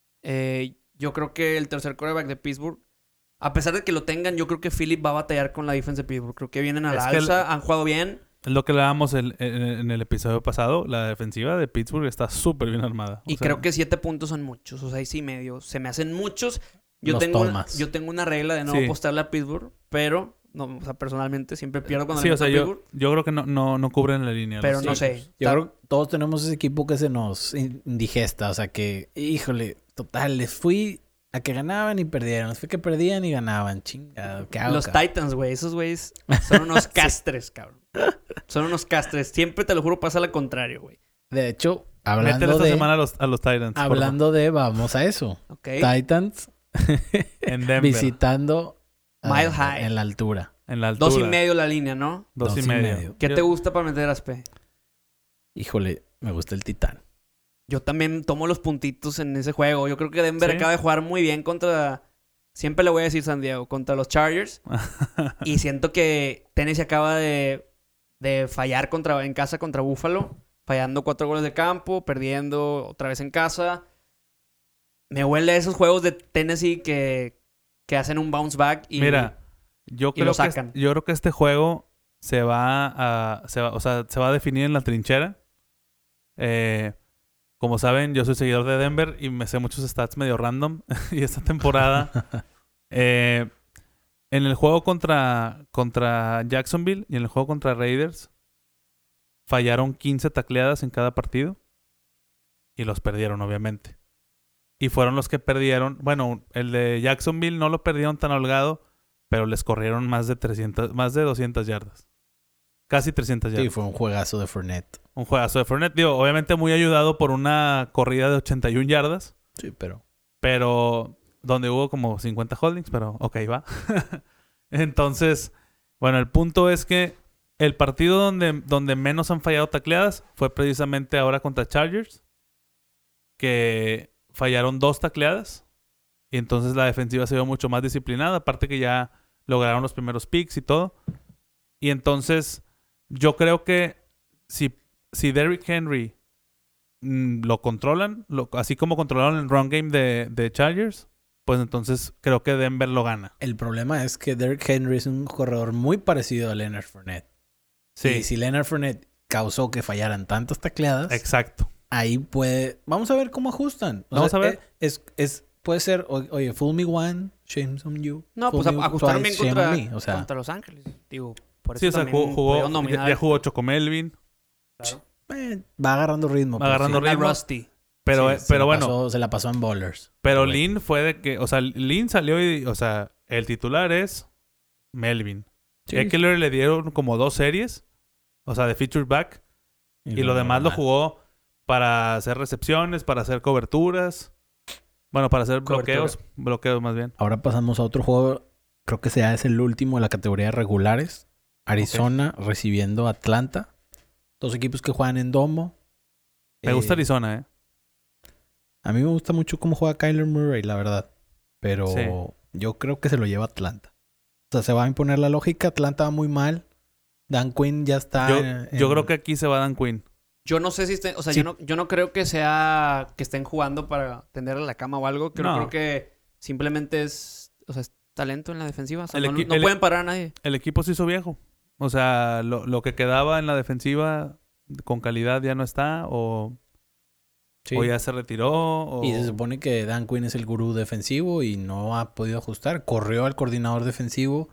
Speaker 3: yo creo que el tercer quarterback de Pittsburgh, a pesar de que lo tengan, yo creo que Philip va a batallar con la defensa de Pittsburgh. Creo que vienen a la
Speaker 1: Es que
Speaker 3: alza, han jugado bien.
Speaker 1: Es lo que hablábamos en el episodio pasado. La defensiva de Pittsburgh está súper bien armada.
Speaker 3: Y creo que 7 puntos son muchos, o 6.5. Se me hacen muchos. Yo
Speaker 2: Los
Speaker 3: tengo
Speaker 2: tomas.
Speaker 3: una regla de no
Speaker 1: Sí.
Speaker 3: apostarle a Pittsburgh, pero no, o sea, personalmente siempre pierdo cuando
Speaker 1: Sí,
Speaker 3: le
Speaker 1: o sea,
Speaker 3: meto a
Speaker 1: yo
Speaker 3: Pittsburgh,
Speaker 1: creo que no cubren la línea.
Speaker 3: pero
Speaker 1: los
Speaker 3: no sé.
Speaker 1: Chargers.
Speaker 2: Yo creo que todos tenemos ese equipo que se nos indigesta. O sea que, híjole, total, les fui a que ganaban y perdieron. Les fui que perdían y ganaban. Chingado. ¿Qué hago,
Speaker 3: Los
Speaker 2: cabrón?
Speaker 3: Titans, güey. Esos güeyes son unos castres, cabrron. Son unos castres. Siempre, te lo juro, pasa lo contrario, güey.
Speaker 2: De hecho,
Speaker 1: Métele
Speaker 2: hablando
Speaker 1: esta
Speaker 2: de...
Speaker 1: semana a los Titans. por
Speaker 2: Hablando de... Vamos a eso.
Speaker 3: ¿Ok?
Speaker 2: Titans
Speaker 1: favor. En Denver.
Speaker 2: visitando
Speaker 3: Mile High.
Speaker 2: En la altura.
Speaker 1: En la altura.
Speaker 3: 2.5 la línea, ¿no?
Speaker 1: 2.5.
Speaker 3: ¿Qué te gusta para meter Aspe?
Speaker 2: Híjole, me gusta el Titán.
Speaker 3: Yo también tomo los puntitos en ese juego. Yo creo que Denver
Speaker 1: ¿Sí?
Speaker 3: acaba de jugar muy bien contra... Siempre le voy a decir San Diego. Contra los Chargers. Y siento que Tennessee acaba de fallar en casa contra Buffalo. Fallando 4 goles de campo. Perdiendo otra vez en casa. Me huele a esos juegos de Tennessee que hacen un bounce back. Y
Speaker 1: Mira, yo
Speaker 3: y lo
Speaker 1: creo
Speaker 3: sacan.
Speaker 1: yo creo que este juego se va a definir en la trinchera. Como saben, yo soy seguidor de Denver y me sé muchos stats medio random. Y esta temporada, en el juego contra Jacksonville y en el juego contra Raiders, fallaron 15 tacleadas en cada partido. Y los perdieron, obviamente. Y fueron los que perdieron. Bueno, el de Jacksonville no lo perdieron tan holgado, pero les corrieron más de 200 yardas. Casi 300 yardas.
Speaker 2: Sí, fue un juegazo de Fournette.
Speaker 1: Un juegazo de Fournette. Digo, obviamente muy ayudado por una corrida de 81 yardas.
Speaker 2: Sí,
Speaker 1: Pero donde hubo como 50 holdings, pero ok, va. Entonces, bueno, el punto es que el partido donde menos han fallado tacleadas fue precisamente ahora contra Chargers, que fallaron 2 tacleadas y entonces la defensiva se vio mucho más disciplinada, aparte que ya lograron los primeros picks y todo. Y entonces yo creo que si Derrick Henry lo controlan, así como controlaron el run game de Chargers, pues entonces creo que Denver lo gana.
Speaker 2: El problema es que Derrick Henry es un corredor muy parecido a Leonard Fournette.
Speaker 1: Sí,
Speaker 2: Y si Leonard Fournette causó que fallaran tantas tacleadas,
Speaker 1: exacto.
Speaker 2: ahí puede... Vamos a ver cómo ajustan.
Speaker 1: Vamos a ver.
Speaker 2: Puede ser, oye, fool me one, shame on you.
Speaker 3: No,
Speaker 2: fool
Speaker 3: pues
Speaker 2: me
Speaker 3: ajustaron
Speaker 2: twice,
Speaker 3: bien
Speaker 2: shame on me. O sea,
Speaker 3: contra Los Ángeles. Digo, por eso
Speaker 1: Sí, o sea,
Speaker 3: también pudieron dominar.
Speaker 1: ya jugó Choco Melvin.
Speaker 3: Claro.
Speaker 2: va agarrando ritmo.
Speaker 1: Va agarrando
Speaker 3: Anda
Speaker 1: ritmo.
Speaker 3: Rusty.
Speaker 1: Pero,
Speaker 2: Sí,
Speaker 1: pero bueno,
Speaker 2: se la pasó en bowlers.
Speaker 1: pero
Speaker 2: Bueno.
Speaker 1: Lynn fue de que... O sea, Lynn salió y... O sea, el titular es Melvin.
Speaker 2: Sí.
Speaker 1: Eckler le dieron como 2 series. O sea, de feature back. Y lo demás lo jugó para hacer recepciones, para hacer coberturas. Bueno, para hacer bloqueos más bien.
Speaker 2: Ahora pasamos a otro juego. Creo que sea es el último de la categoría de regulares. Arizona recibiendo a Atlanta. 2 equipos que juegan en domo.
Speaker 1: Me gusta Arizona, ¿eh?
Speaker 2: A mí me gusta mucho cómo juega Kyler Murray, la verdad. Pero
Speaker 1: Sí.
Speaker 2: yo creo que se lo lleva Atlanta. O sea, se va a imponer la lógica. Atlanta va muy mal. Dan Quinn ya está...
Speaker 1: Yo creo que aquí se va Dan Quinn.
Speaker 3: Yo no sé si estén... O sea,
Speaker 2: Sí.
Speaker 3: yo no creo que sea... Que estén jugando para tenderle la cama o algo.
Speaker 1: No.
Speaker 3: Creo que simplemente es... O sea, es talento en la defensiva. O sea,
Speaker 1: El
Speaker 3: no
Speaker 1: equi- el-
Speaker 3: pueden parar a nadie.
Speaker 1: El equipo se hizo viejo. O sea, lo que quedaba en la defensiva con calidad ya no está. O ya se retiró. O...
Speaker 2: Y se supone que Dan Quinn es el gurú defensivo y no ha podido ajustar. Corrió al coordinador defensivo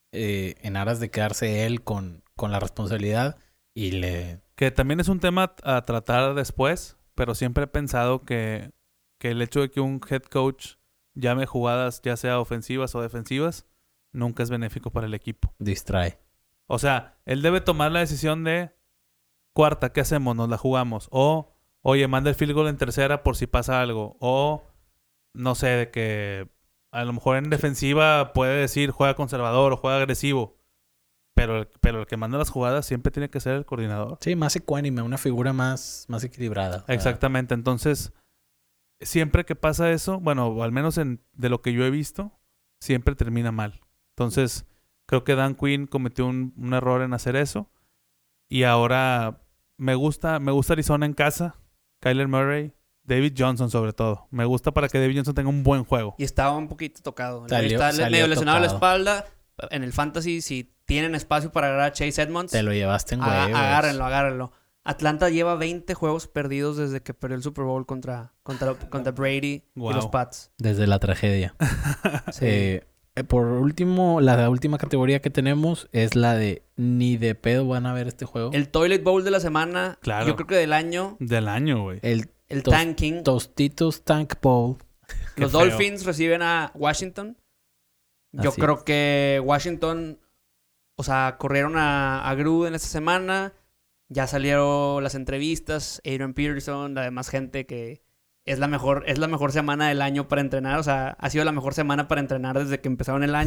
Speaker 2: en aras de quedarse él con la responsabilidad y le...
Speaker 1: Que también es un tema a tratar después. Pero siempre he pensado que el hecho de que un head coach llame jugadas, ya sea ofensivas o defensivas, nunca es benéfico para el equipo.
Speaker 2: distrae.
Speaker 1: O sea, él debe tomar la decisión de cuarta, ¿qué hacemos? ¿Nos la jugamos? O, oye, manda el field goal en tercera por si pasa algo. O, no sé, de que a lo mejor en defensiva puede decir juega conservador o juega agresivo. Pero el que manda las jugadas siempre tiene que ser el coordinador.
Speaker 2: Sí, más ecuánime, una figura más equilibrada. O sea,
Speaker 1: Exactamente. Entonces, siempre que pasa eso, bueno, o al menos de lo que yo he visto, siempre termina mal. Entonces, creo que Dan Quinn cometió un error en hacer eso. Y ahora me gusta Arizona en casa. Kyler Murray, David Johnson sobre todo. Me gusta para que David Johnson tenga un buen juego.
Speaker 3: Y estaba un poquito tocado.
Speaker 2: Salió
Speaker 3: Medio lesionado la
Speaker 2: tocado.
Speaker 3: espalda. En el fantasy, si tienen espacio para agarrar a Chase Edmonds,
Speaker 2: Te lo llevaste en huevos.
Speaker 3: agárrenlo. Atlanta lleva 20 juegos perdidos desde que perdió el Super Bowl contra Brady
Speaker 1: Wow.
Speaker 3: y los Pats.
Speaker 2: Desde la tragedia.
Speaker 3: Sí.
Speaker 2: Por último, la última categoría que tenemos es la de ni de pedo van a ver este juego.
Speaker 3: El Toilet Bowl de la semana,
Speaker 1: Claro.
Speaker 3: yo creo que del año,
Speaker 1: Del año, güey.
Speaker 2: El
Speaker 3: el
Speaker 2: Tos-
Speaker 3: tanking.
Speaker 2: Tostitos Tank Bowl.
Speaker 1: Qué
Speaker 3: Los
Speaker 1: feo.
Speaker 3: Dolphins reciben a Washington. Yo
Speaker 2: Así
Speaker 3: creo
Speaker 2: es.
Speaker 3: que Washington, o sea, corrieron a Gruden esta semana. Ya salieron las entrevistas, Adrian Peterson, la demás gente que es la mejor semana del año para entrenar. O sea, ha sido la mejor semana para entrenar desde que empezaron el año.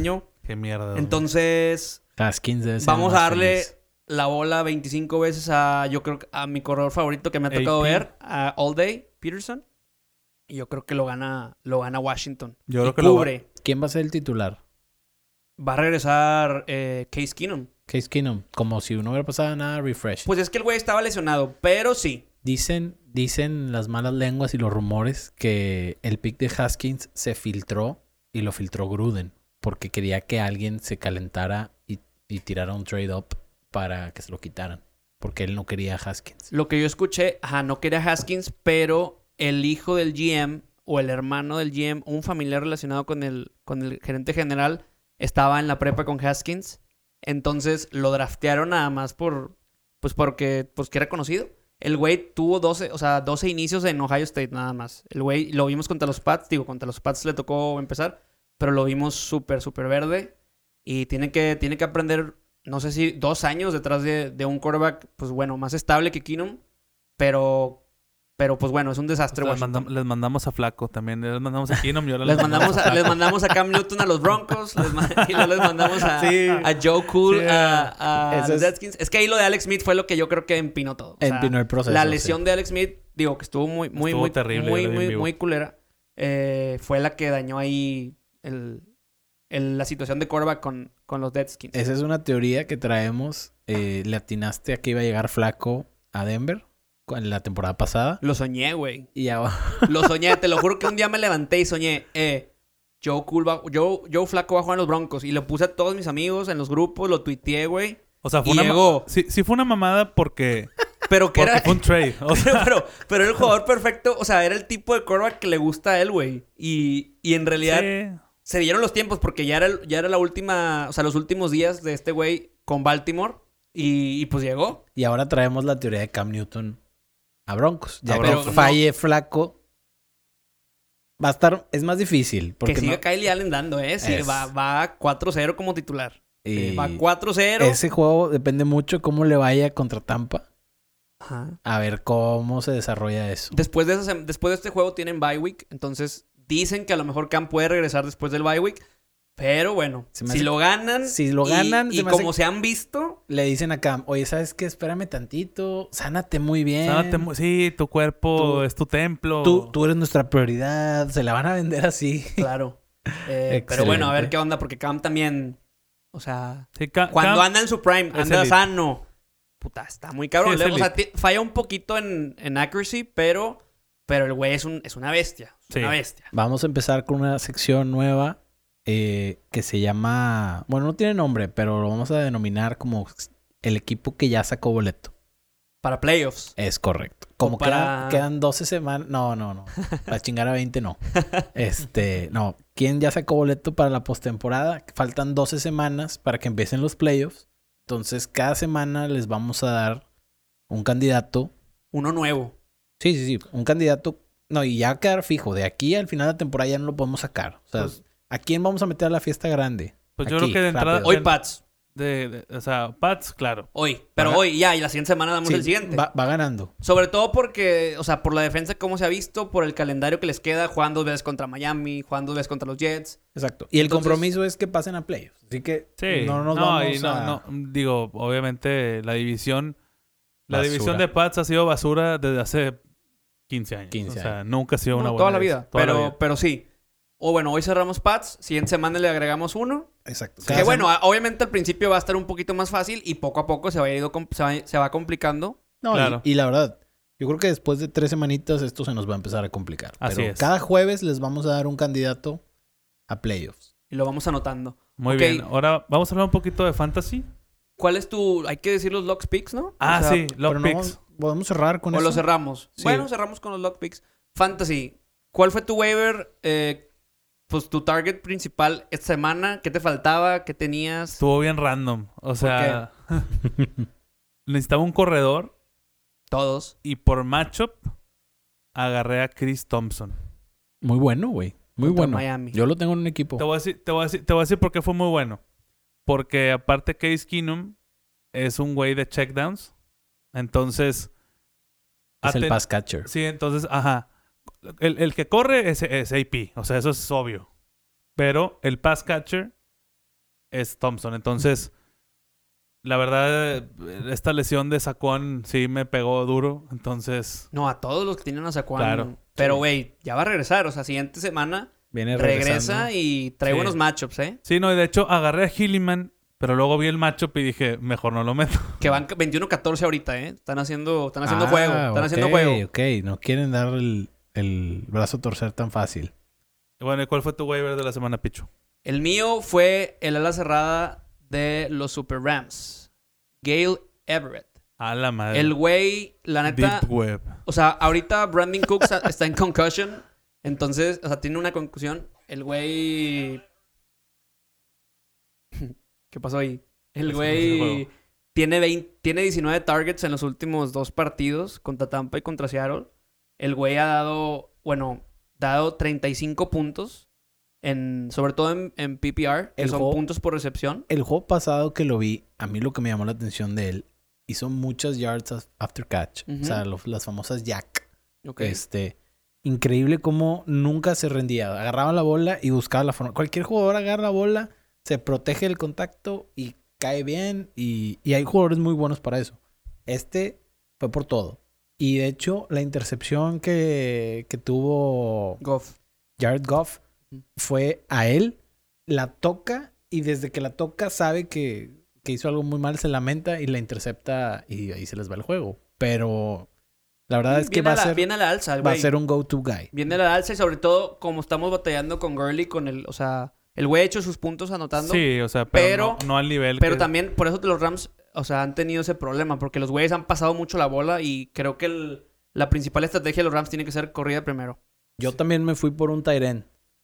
Speaker 1: Qué mierda. güey.
Speaker 3: Entonces,
Speaker 2: Haskins debe ser
Speaker 3: vamos a
Speaker 2: más
Speaker 3: darle
Speaker 2: feliz.
Speaker 3: la bola 25 veces yo creo, a mi corredor favorito que me ha tocado
Speaker 1: AP.
Speaker 3: ver, a All Day Peterson. Y yo creo que lo gana Washington.
Speaker 1: Yo
Speaker 3: Y
Speaker 1: creo que lo
Speaker 3: cubre.
Speaker 2: ¿Quién va a ser el titular?
Speaker 3: Va a regresar Case Keenum.
Speaker 2: Case Keenum. Como si no hubiera pasado nada, refresh.
Speaker 3: Pues es que el güey estaba lesionado, pero sí.
Speaker 2: Dicen las malas lenguas y los rumores que el pick de Haskins se filtró y lo filtró Gruden porque quería que alguien se calentara y tirara un trade up para que se lo quitaran. Porque él no quería a Haskins.
Speaker 3: Lo que yo escuché, no quería Haskins, pero el hijo del GM o el hermano del GM, un familiar relacionado con el gerente general, estaba en la prepa con Haskins. Entonces lo draftearon nada más porque era conocido. El güey tuvo 12 inicios en Ohio State nada más. El güey lo vimos contra los Pats. Contra los Pats le tocó empezar. Pero lo vimos súper, súper verde. Y tiene que aprender, no sé si 2 años detrás de un quarterback, pues bueno, más estable que Keenum. Pero pues bueno, es un desastre.
Speaker 1: Les mandamos a Flaco también. Les mandamos a Keenum y ahora
Speaker 3: Les mandamos a Cam Newton a los Broncos. Y luego les mandamos a Joe Cool,
Speaker 1: Sí,
Speaker 3: a los Redskins. Es que ahí lo de Alex Smith fue lo que yo creo que empinó todo. O sea,
Speaker 2: Empinó el proceso.
Speaker 3: la lesión de Alex Smith, digo que estuvo muy
Speaker 1: terrible,
Speaker 3: muy culera. Fue la que dañó ahí la situación de quarterback con los Redskins.
Speaker 2: Esa es una teoría que traemos. Le atinaste a que iba a llegar Flaco a Denver en la temporada pasada.
Speaker 3: Lo soñé, güey.
Speaker 2: Y ahora...
Speaker 3: Lo soñé. Te lo juro que un día me levanté y soñé. Joe Flaco va a jugar en los Broncos. Y lo puse a todos mis amigos en los grupos. Lo tuiteé, güey.
Speaker 1: O sea, fue
Speaker 3: Y llegó.
Speaker 1: Sí fue una mamada porque...
Speaker 3: Pero que
Speaker 1: porque
Speaker 3: era...
Speaker 1: fue un trade. O sea,
Speaker 3: pero era el jugador perfecto. O sea, era el tipo de quarterback que le gusta a él, güey. Y en realidad...
Speaker 1: sí.
Speaker 3: Se dieron los tiempos porque ya era la última... O sea, los últimos días de este güey con Baltimore. Y pues llegó.
Speaker 2: Y ahora traemos la teoría de Cam Newton a Broncos. Ya
Speaker 3: Pero
Speaker 2: que falle Flaco, va a estar... Es más difícil. Porque
Speaker 3: Que siga Kylie Allen dando, ¿eh? Sí, va 4-0 como titular.
Speaker 2: Y
Speaker 3: Va 4-0.
Speaker 2: ese juego depende mucho cómo le vaya contra Tampa.
Speaker 3: Ajá.
Speaker 2: A ver cómo se desarrolla eso.
Speaker 3: Después de este juego tienen bye week. Entonces dicen que a lo mejor Cam puede regresar después del bye week. Pero bueno, si lo ganan... Y como se han visto...
Speaker 2: Le dicen a Cam, oye, ¿sabes qué? Espérame tantito. Sánate muy bien.
Speaker 1: Sí, tu cuerpo es tu templo.
Speaker 2: Tú eres nuestra prioridad. Se la van a vender así.
Speaker 3: Claro. Pero bueno, a ver qué onda. Porque Cam también... O sea...
Speaker 1: Sí,
Speaker 3: cuando anda en su prime, anda
Speaker 1: elite.
Speaker 3: sano. Puta, está muy cabrón.
Speaker 1: Sí, es
Speaker 3: O sea, falla un poquito en accuracy, pero el güey es una bestia.
Speaker 1: Sí.
Speaker 3: Una bestia.
Speaker 2: Vamos a empezar con una sección nueva que se llama... Bueno, no tiene nombre, pero lo vamos a denominar como el equipo que ya sacó boleto.
Speaker 3: Para playoffs.
Speaker 2: Es correcto. Como
Speaker 3: para...
Speaker 2: quedan 12 semanas... No. Para chingar a 20, no. No. ¿Quién ya sacó boleto para la postemporada? Faltan 12 semanas para que empiecen los playoffs. Entonces, cada semana les vamos a dar un candidato.
Speaker 3: Uno nuevo.
Speaker 2: Sí. Un candidato. No, y ya va a quedar fijo. De aquí al final de la temporada ya no lo podemos sacar. O sea,
Speaker 1: pues,
Speaker 2: ¿a quién vamos a meter a la fiesta grande?
Speaker 1: Pues
Speaker 2: aquí,
Speaker 1: yo creo que de entrada...
Speaker 2: rápido.
Speaker 3: Hoy Pats.
Speaker 1: O sea, Pats, claro.
Speaker 3: Hoy. Pero hoy ya. Y la siguiente semana damos el siguiente.
Speaker 2: Va ganando.
Speaker 3: Sobre todo porque... O sea, por la defensa cómo se ha visto. Por el calendario que les queda. Juegan 2 veces contra Miami. Juegan 2 veces contra los Jets.
Speaker 2: Exacto. Y el compromiso es que pasen a playoffs. Así que
Speaker 1: Sí.
Speaker 2: no nos vamos a...
Speaker 1: No. Digo, obviamente la división... La
Speaker 2: Basura.
Speaker 1: división de Pats ha sido basura desde hace 15 años.
Speaker 2: 15
Speaker 1: o sea,
Speaker 2: años.
Speaker 1: nunca ha sido una buena
Speaker 3: Toda la
Speaker 1: división.
Speaker 3: vida.
Speaker 1: Toda la vida.
Speaker 3: Pero sí. O bueno, hoy cerramos Pats. Siguiente semana le agregamos uno.
Speaker 2: Exacto.
Speaker 3: Que bueno, obviamente al principio va a estar un poquito más fácil. Y poco a poco se va complicando.
Speaker 2: No,
Speaker 1: claro.
Speaker 2: y la verdad, yo creo que después de 3 semanitas esto se nos va a empezar a complicar.
Speaker 1: Así
Speaker 2: Pero
Speaker 1: es.
Speaker 2: cada jueves les vamos a dar un candidato a playoffs.
Speaker 3: Y lo vamos anotando.
Speaker 1: Muy
Speaker 3: Ok.
Speaker 1: bien. Ahora vamos a hablar un poquito de fantasy.
Speaker 3: ¿Cuál es tu...? Hay que decir los lock picks, ¿no?
Speaker 1: Ah,
Speaker 3: O sea,
Speaker 1: sí. Lock
Speaker 2: Pero
Speaker 1: picks.
Speaker 2: podemos cerrar con
Speaker 3: O
Speaker 2: eso.
Speaker 3: lo cerramos.
Speaker 2: Sí.
Speaker 3: Bueno, cerramos con los lock picks. Fantasy. ¿Cuál fue tu waiver? Pues tu target principal esta semana. ¿Qué te faltaba? ¿Qué tenías?
Speaker 1: Estuvo bien random. O sea... necesitaba un corredor.
Speaker 3: Todos.
Speaker 1: Y por matchup... agarré a Chris Thompson.
Speaker 2: Muy bueno, güey. Muy
Speaker 3: Contra
Speaker 2: bueno.
Speaker 3: Miami.
Speaker 2: Yo lo tengo en un equipo.
Speaker 1: Te voy a decir por qué fue muy bueno. Porque aparte Case Keenum es un güey de checkdowns. Entonces...
Speaker 2: Es el pass catcher.
Speaker 1: Sí, entonces, ajá. El que corre es AP. O sea, eso es obvio. Pero el pass catcher es Thompson. Entonces, la verdad, esta lesión de Saquon sí me pegó duro. Entonces,
Speaker 3: No, a todos los que tienen a Saquon.
Speaker 1: Claro.
Speaker 3: Pero, güey, ya va a regresar. O sea, siguiente semana
Speaker 2: Viene
Speaker 3: regresa
Speaker 2: regresando.
Speaker 3: y trae
Speaker 1: Sí.
Speaker 3: buenos matchups, ¿eh?
Speaker 1: sí, no, y de hecho agarré a Hilliman, pero luego vi el matchup y dije, mejor no lo meto.
Speaker 3: Que van 21-14 ahorita, ¿eh? Están haciendo
Speaker 2: Ah,
Speaker 3: juego. Están haciendo
Speaker 2: ok,
Speaker 3: juego.
Speaker 2: Ok, no quieren dar el brazo a torcer tan fácil.
Speaker 1: Bueno, ¿y cuál fue tu waiver de la semana, Pichu?
Speaker 3: El mío fue el ala cerrada de los Super Rams. Gale Everett.
Speaker 1: A la madre.
Speaker 3: El güey, la neta...
Speaker 1: Deep Web.
Speaker 3: O sea, ahorita Brandon Cooks está en concussion. Entonces, o sea, tiene una concusión. El güey... ¿Qué pasó ahí? El
Speaker 1: Es
Speaker 3: güey
Speaker 1: juego.
Speaker 3: tiene 19 targets en los últimos 2 partidos contra Tampa y contra Seattle. El güey ha dado 35 puntos, sobre todo en PPR, que
Speaker 2: El
Speaker 3: son
Speaker 2: juego-
Speaker 3: puntos por recepción.
Speaker 2: El juego pasado que lo vi, a mí lo que me llamó la atención de él, hizo muchas yards after catch.
Speaker 3: Ujú.
Speaker 2: O sea, las famosas jack.
Speaker 3: Ok.
Speaker 2: Increíble cómo nunca se rendía. Agarraba la bola y buscaba la forma. Cualquier jugador agarra la bola, se protege del contacto y cae bien. Y hay jugadores muy buenos para eso. Este fue por todo. Y de hecho, la intercepción que tuvo
Speaker 3: Goff.
Speaker 2: Jared Goff
Speaker 3: Ujú.
Speaker 2: fue a él, la toca y desde que la toca sabe que hizo algo muy mal, se lamenta y la intercepta y ahí se les va el juego. Pero la verdad es que va
Speaker 3: Viene a la alza,
Speaker 2: a
Speaker 3: güey.
Speaker 2: ser un go-to guy.
Speaker 3: Viene a la alza y sobre todo como estamos batallando con Gurley, o sea, el güey ha hecho sus puntos anotando.
Speaker 1: Sí, o sea, pero
Speaker 3: Pero-
Speaker 1: no al nivel
Speaker 3: Pero
Speaker 1: que...
Speaker 3: también, por eso los Rams, o sea, han tenido ese problema, porque los güeyes han pasado mucho la bola y creo que la principal estrategia de los Rams tiene que ser corrida primero.
Speaker 2: Yo también me fui por un tight end.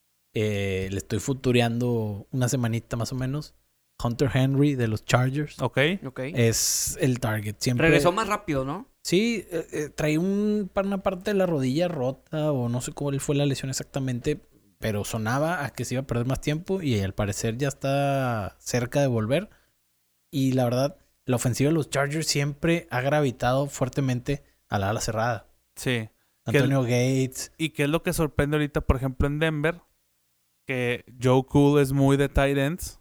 Speaker 2: Le estoy futureando una semanita más o menos. Hunter Henry de los Chargers.
Speaker 1: Ok.
Speaker 3: Ok.
Speaker 2: Es el target. Siempre...
Speaker 3: Regresó más rápido, ¿no?
Speaker 2: Sí, traía una parte de la rodilla rota o no sé cuál fue la lesión exactamente, pero sonaba a que se iba a perder más tiempo y al parecer ya está cerca de volver. Y la verdad, la ofensiva de los Chargers siempre ha gravitado fuertemente a la ala cerrada.
Speaker 1: Sí.
Speaker 2: Antonio Gates.
Speaker 1: ¿Y qué es lo que sorprende ahorita, por ejemplo, en Denver? Que Joe Cool es muy de tight ends.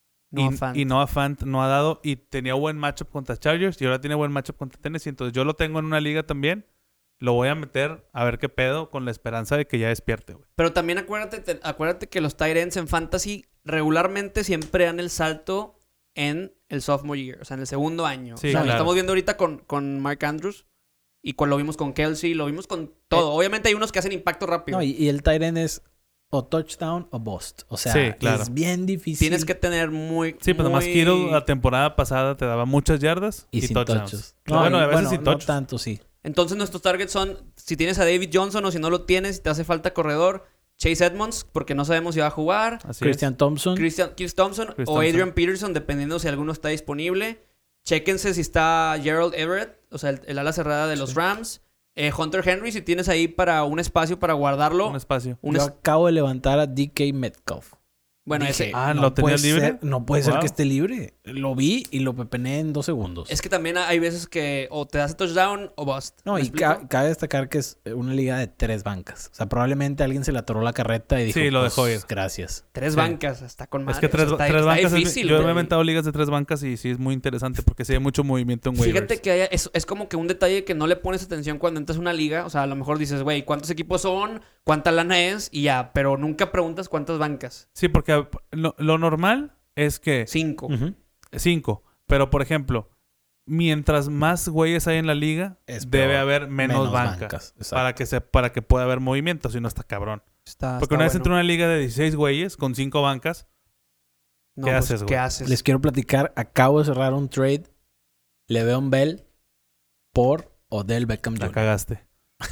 Speaker 1: Y Noah Fant no ha dado. Y tenía buen matchup contra Chargers. Y ahora tiene buen matchup contra Tennessee. Entonces yo lo tengo en una liga también. Lo voy a meter a ver qué pedo. Con la esperanza de que ya despierte, güey.
Speaker 3: Pero también acuérdate que los tight ends en fantasy regularmente siempre dan el salto en el sophomore year, o sea, en el segundo año.
Speaker 1: Sí,
Speaker 3: o sea, lo
Speaker 1: claro.
Speaker 3: estamos viendo ahorita con Mark Andrews y lo vimos con Kelsey, lo vimos con todo. Obviamente hay unos que hacen impacto rápido.
Speaker 2: No, y el tight end es o touchdown o bust. O sea,
Speaker 1: Sí, claro.
Speaker 2: es bien difícil.
Speaker 3: Tienes que tener muy...
Speaker 1: Sí, pero además
Speaker 3: muy-
Speaker 1: Kittle la temporada pasada te daba muchas yardas
Speaker 2: y
Speaker 1: y
Speaker 2: sin
Speaker 1: touchdowns.
Speaker 2: touches.
Speaker 1: Bueno, a veces
Speaker 2: bueno,
Speaker 1: sin
Speaker 2: no
Speaker 1: touches.
Speaker 2: tanto, sí.
Speaker 3: Entonces nuestros targets son, si tienes a David Johnson o si no lo tienes, si te hace falta corredor, Chase Edmonds, porque no sabemos si va a jugar,
Speaker 1: Así
Speaker 2: Christian Thompson.
Speaker 3: Chris Thompson
Speaker 1: Chris
Speaker 3: o
Speaker 1: Thompson.
Speaker 3: Adrian Peterson, dependiendo si alguno está disponible. Chéquense si está Gerald Everett, o sea, el ala cerrada de los Rams. Hunter Henry, si tienes ahí para un espacio para guardarlo.
Speaker 1: es. Un espacio.
Speaker 3: Un
Speaker 2: Yo
Speaker 3: es-
Speaker 2: acabo de levantar a DK Metcalf.
Speaker 3: Bueno,
Speaker 2: Dije,
Speaker 3: ese...
Speaker 1: ¿lo tenía
Speaker 2: puede
Speaker 1: libre?
Speaker 2: ser- no puede ser
Speaker 1: Wow.
Speaker 2: que esté libre. Lo vi y lo pepené en 2 segundos.
Speaker 3: Es que también hay veces que o te das touchdown o bust.
Speaker 2: No,
Speaker 3: ¿Me
Speaker 2: y
Speaker 3: explico?
Speaker 2: cabe destacar que es una liga de 3 bancas. O sea, probablemente alguien se le atoró la carreta y dijo,
Speaker 1: Sí, lo
Speaker 2: pues,
Speaker 1: dejó ir.
Speaker 2: Gracias.
Speaker 3: 3
Speaker 1: Sí.
Speaker 3: bancas, está con madre.
Speaker 1: Es que tres
Speaker 3: está
Speaker 1: bancas
Speaker 3: difícil,
Speaker 1: yo he
Speaker 3: güey.
Speaker 1: inventado ligas de 3 bancas y sí es muy interesante porque sí hay mucho movimiento en waivers.
Speaker 3: Fíjate que es como que un detalle que no le pones atención cuando entras a una liga. O sea, a lo mejor dices, güey, ¿cuántos equipos son? ¿Cuánta lana es? Y ya, pero nunca preguntas cuántas bancas.
Speaker 1: Sí, porque lo normal es que
Speaker 3: 5.
Speaker 2: Ujú.
Speaker 1: 5. Pero, por ejemplo, mientras más güeyes hay en la liga,
Speaker 2: Es
Speaker 1: debe
Speaker 2: peor.
Speaker 1: haber menos bancas.
Speaker 2: Exacto.
Speaker 1: Para que pueda haber movimiento, si no está cabrón. Porque una vez entré en una liga de 16 güeyes con 5 bancas. ¿qué haces, güey?
Speaker 3: ¿Qué haces?
Speaker 2: Les quiero platicar. Acabo de cerrar un trade. Le'Veon Bell por Odell Beckham
Speaker 1: La
Speaker 2: Jr.
Speaker 1: cagaste.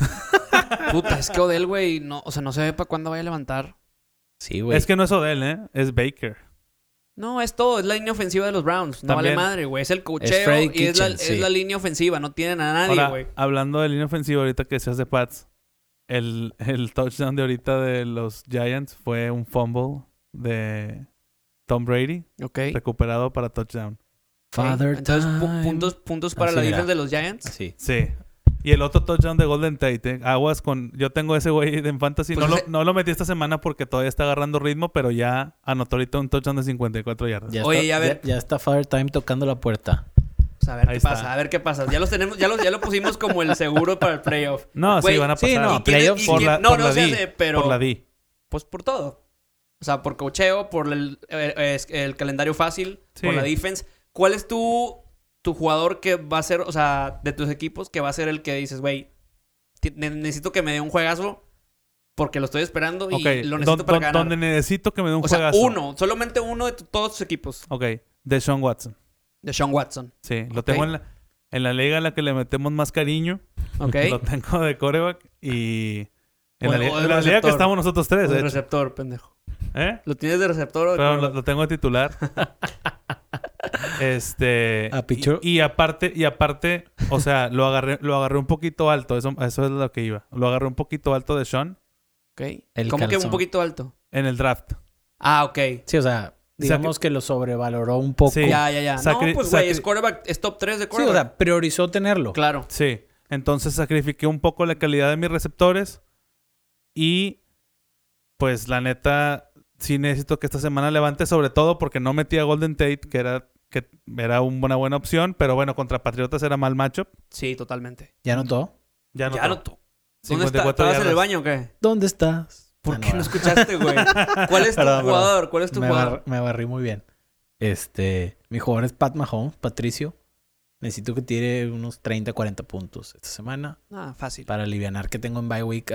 Speaker 3: Puta, es que Odell, güey, no, o sea, no se ve para cuándo vaya a levantar.
Speaker 2: Sí, güey.
Speaker 1: Es que no es Odell, ¿eh? Es Baker.
Speaker 3: No, es todo, es la línea ofensiva de los Browns. No
Speaker 1: También.
Speaker 3: vale madre, güey. Es el cocheo
Speaker 2: Freddy
Speaker 3: y es
Speaker 2: Kitchens, sí.
Speaker 3: la línea ofensiva. No tienen a nadie,
Speaker 1: Ahora,
Speaker 3: güey.
Speaker 1: hablando de línea ofensiva, ahorita que se hace Pats, el touchdown de ahorita de los Giants fue un fumble de Tom Brady,
Speaker 3: Ok.
Speaker 1: recuperado para touchdown.
Speaker 2: Father
Speaker 3: Entonces,
Speaker 2: time.
Speaker 3: puntos para la
Speaker 2: Así era.
Speaker 3: defensa de los Giants.
Speaker 2: Sí.
Speaker 1: Sí. Y el otro touchdown de Golden Tate, aguas con... Yo tengo ese güey en Fantasy.
Speaker 3: Pues
Speaker 1: no lo metí esta semana porque todavía está agarrando ritmo, pero ya anotó ahorita un touchdown de 54 yardas.
Speaker 2: Ya
Speaker 3: Oye,
Speaker 2: está,
Speaker 3: ya ver.
Speaker 2: ya está Father Time tocando la puerta.
Speaker 3: Pues a ver
Speaker 1: Ahí
Speaker 3: qué
Speaker 1: está.
Speaker 3: pasa, a ver qué pasa. Ya los tenemos, ya lo pusimos como el seguro para el playoff.
Speaker 1: No,
Speaker 3: Güey,
Speaker 1: sí, van a pasar.
Speaker 2: sí, no,
Speaker 3: ¿Y quién-
Speaker 2: playoffs
Speaker 3: y
Speaker 1: por
Speaker 3: quién-
Speaker 1: la,
Speaker 3: no,
Speaker 1: por
Speaker 3: no,
Speaker 1: la
Speaker 3: o sea,
Speaker 1: D.
Speaker 3: pero
Speaker 1: Por la D.
Speaker 3: pues por todo. O sea, por coacheo, por el calendario fácil,
Speaker 1: Sí.
Speaker 3: por la defense. ¿Cuál es tu jugador que va a ser, o sea, de tus equipos, que va a ser el que dices, güey, necesito que me dé un juegazo porque lo estoy esperando y
Speaker 1: Ok,
Speaker 3: lo necesito para ganar?
Speaker 1: donde necesito que me dé un
Speaker 3: O sea,
Speaker 1: juegazo.
Speaker 3: solamente uno de todos tus equipos.
Speaker 1: Ok, de Sean Watson.
Speaker 3: De Sean Watson.
Speaker 1: Sí, lo
Speaker 3: Ok.
Speaker 1: tengo en la liga en la que le metemos más cariño.
Speaker 3: ¿Ok?
Speaker 1: Lo tengo de quarterback y... En
Speaker 3: O
Speaker 1: la,
Speaker 3: de-
Speaker 1: liga,
Speaker 3: o de
Speaker 1: en la liga
Speaker 3: receptor.
Speaker 1: que estamos nosotros tres,
Speaker 3: O de
Speaker 1: de hecho.
Speaker 3: receptor, pendejo.
Speaker 1: ¿Eh?
Speaker 3: ¿Lo tienes de receptor o de
Speaker 1: Pero
Speaker 3: quarterback?
Speaker 1: lo tengo de titular.
Speaker 2: A Pichu-
Speaker 1: y aparte, o sea, lo agarré un poquito alto. Eso es lo que iba. Lo agarré un poquito alto de Sean
Speaker 3: Ok.
Speaker 2: El
Speaker 3: ¿Cómo que un
Speaker 2: calzón.
Speaker 3: poquito alto?
Speaker 1: en el draft.
Speaker 3: Ah, ok.
Speaker 2: Sí, o sea, digamos que lo sobrevaloró un poco.
Speaker 1: Sí.
Speaker 3: Ya.
Speaker 1: Sacri-
Speaker 3: No, pues güey,
Speaker 1: sacri-
Speaker 3: es quarterback, es top 3 de
Speaker 2: Sí, o
Speaker 3: quarterback.
Speaker 2: sea, priorizó tenerlo.
Speaker 3: Claro.
Speaker 1: Sí. Entonces sacrifiqué un poco la calidad de mis receptores. Y pues la neta, sí necesito que esta semana levante, sobre todo porque no metí a Golden Tate, que era una buena opción. Pero bueno, contra Patriotas era mal matchup.
Speaker 3: Sí, totalmente.
Speaker 2: ¿Ya notó?
Speaker 1: Ya no.
Speaker 3: Ya no tú. ¿Dónde
Speaker 1: 54
Speaker 3: ¿Estabas en el
Speaker 1: yardas.
Speaker 3: baño o qué?
Speaker 2: ¿Dónde estás?
Speaker 3: ¿Por
Speaker 2: Ah,
Speaker 3: qué no
Speaker 2: va.
Speaker 3: escuchaste, güey? ¿Cuál es tu
Speaker 2: Perdón,
Speaker 3: jugador? ¿Cuál es tu
Speaker 2: me,
Speaker 3: jugador?
Speaker 2: me barrí muy bien. Mi jugador es Pat Mahomes, Patricio. Necesito que tire unos 30, 40 puntos esta semana
Speaker 3: Ah, fácil.
Speaker 2: para alivianar que tengo en bye week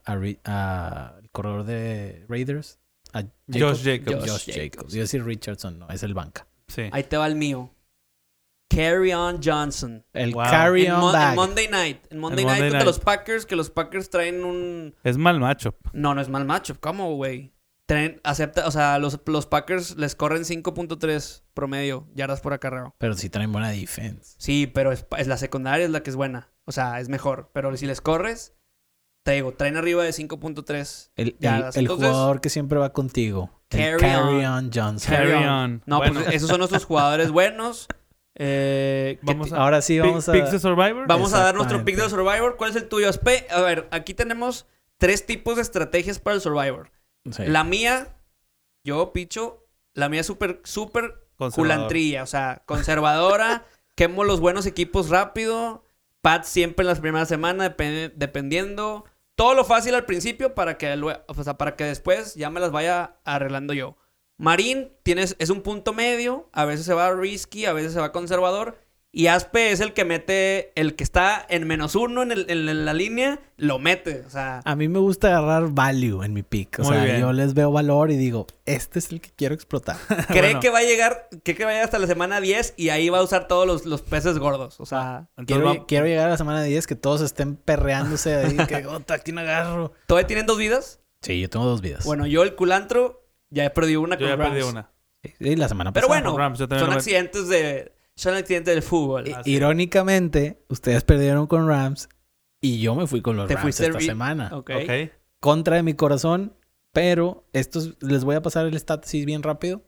Speaker 2: a el corredor de Raiders. A
Speaker 1: Josh Jacobs.
Speaker 2: Josh
Speaker 3: Jacobs.
Speaker 2: Jacobs. Yo iba a decir Richardson, no, es el banca.
Speaker 1: Sí.
Speaker 3: Ahí te va el mío. Carry on Johnson.
Speaker 2: El
Speaker 1: Wow.
Speaker 2: carry
Speaker 3: En,
Speaker 2: on
Speaker 3: en
Speaker 2: back.
Speaker 3: Monday Night. En Monday
Speaker 1: En
Speaker 3: Night
Speaker 1: Monday
Speaker 3: contra
Speaker 1: Night.
Speaker 3: los Packers, que los Packers traen un...
Speaker 1: Es mal matchup.
Speaker 3: No es mal matchup. ¿Cómo, güey? O sea, los Packers les corren 5.3 promedio yardas por acarreo.
Speaker 2: Pero sí traen buena defense.
Speaker 3: Sí, pero es la secundaria es la que es buena. O sea, es mejor. Pero si les corres, te digo, traen arriba de 5.3 yardas.
Speaker 2: El
Speaker 3: Entonces,
Speaker 2: jugador que siempre va contigo. El
Speaker 3: Carry
Speaker 2: carry
Speaker 3: on.
Speaker 2: on Johnson.
Speaker 1: Carry on.
Speaker 3: No,
Speaker 1: Bueno.
Speaker 3: pues esos son nuestros jugadores buenos.
Speaker 1: Vamos a-
Speaker 2: Ahora sí vamos a...
Speaker 1: Picks de Survivor.
Speaker 3: Vamos a dar nuestro pick
Speaker 2: Exactamente.
Speaker 3: del Survivor. ¿Cuál es el tuyo, Aspe? A ver, aquí tenemos 3 tipos de estrategias para el Survivor.
Speaker 2: Sí.
Speaker 3: La mía, yo, Picho, la mía es súper
Speaker 1: Conservador.
Speaker 3: culantrilla. O sea, conservadora. Quemo los buenos equipos rápido. Pat siempre en las primeras semanas, dependiendo. Todo lo fácil al principio para que, para que después ya me las vaya arreglando yo. Marín es un punto medio. A veces se va risky, a veces se va conservador. Y Aspe es el que mete, el que está en -1 en la línea, lo mete. O sea,
Speaker 2: A mí me gusta agarrar value en mi pick. O
Speaker 1: Muy
Speaker 2: sea,
Speaker 1: bien.
Speaker 2: yo les veo valor y digo, este es el que quiero explotar.
Speaker 3: cree
Speaker 1: Bueno.
Speaker 3: que va a llegar hasta la semana 10 y ahí va a usar todos los peces gordos. O sea,
Speaker 1: Entonces
Speaker 2: Quiero llegar a la semana 10 que todos estén perreándose ahí. Que, "Ota, ¿quién agarro?"
Speaker 3: ¿todavía tienen 2 vidas?
Speaker 2: Sí, yo tengo 2 vidas.
Speaker 3: Bueno, yo el culantro ya he perdido una
Speaker 1: Yo
Speaker 3: con
Speaker 1: ya
Speaker 3: Rams.
Speaker 1: perdí una.
Speaker 2: Sí, la semana
Speaker 3: Pero
Speaker 2: pasada.
Speaker 3: bueno,
Speaker 1: Rams, yo también
Speaker 3: son
Speaker 1: lo
Speaker 3: accidentes del fútbol.
Speaker 1: Así.
Speaker 2: Irónicamente, ustedes perdieron con Rams y yo me fui con los
Speaker 3: Te
Speaker 2: Rams
Speaker 3: fuiste
Speaker 2: esta semana.
Speaker 3: Ok.
Speaker 1: Ok.
Speaker 2: Contra de mi corazón, pero les voy a pasar el stat así bien rápido.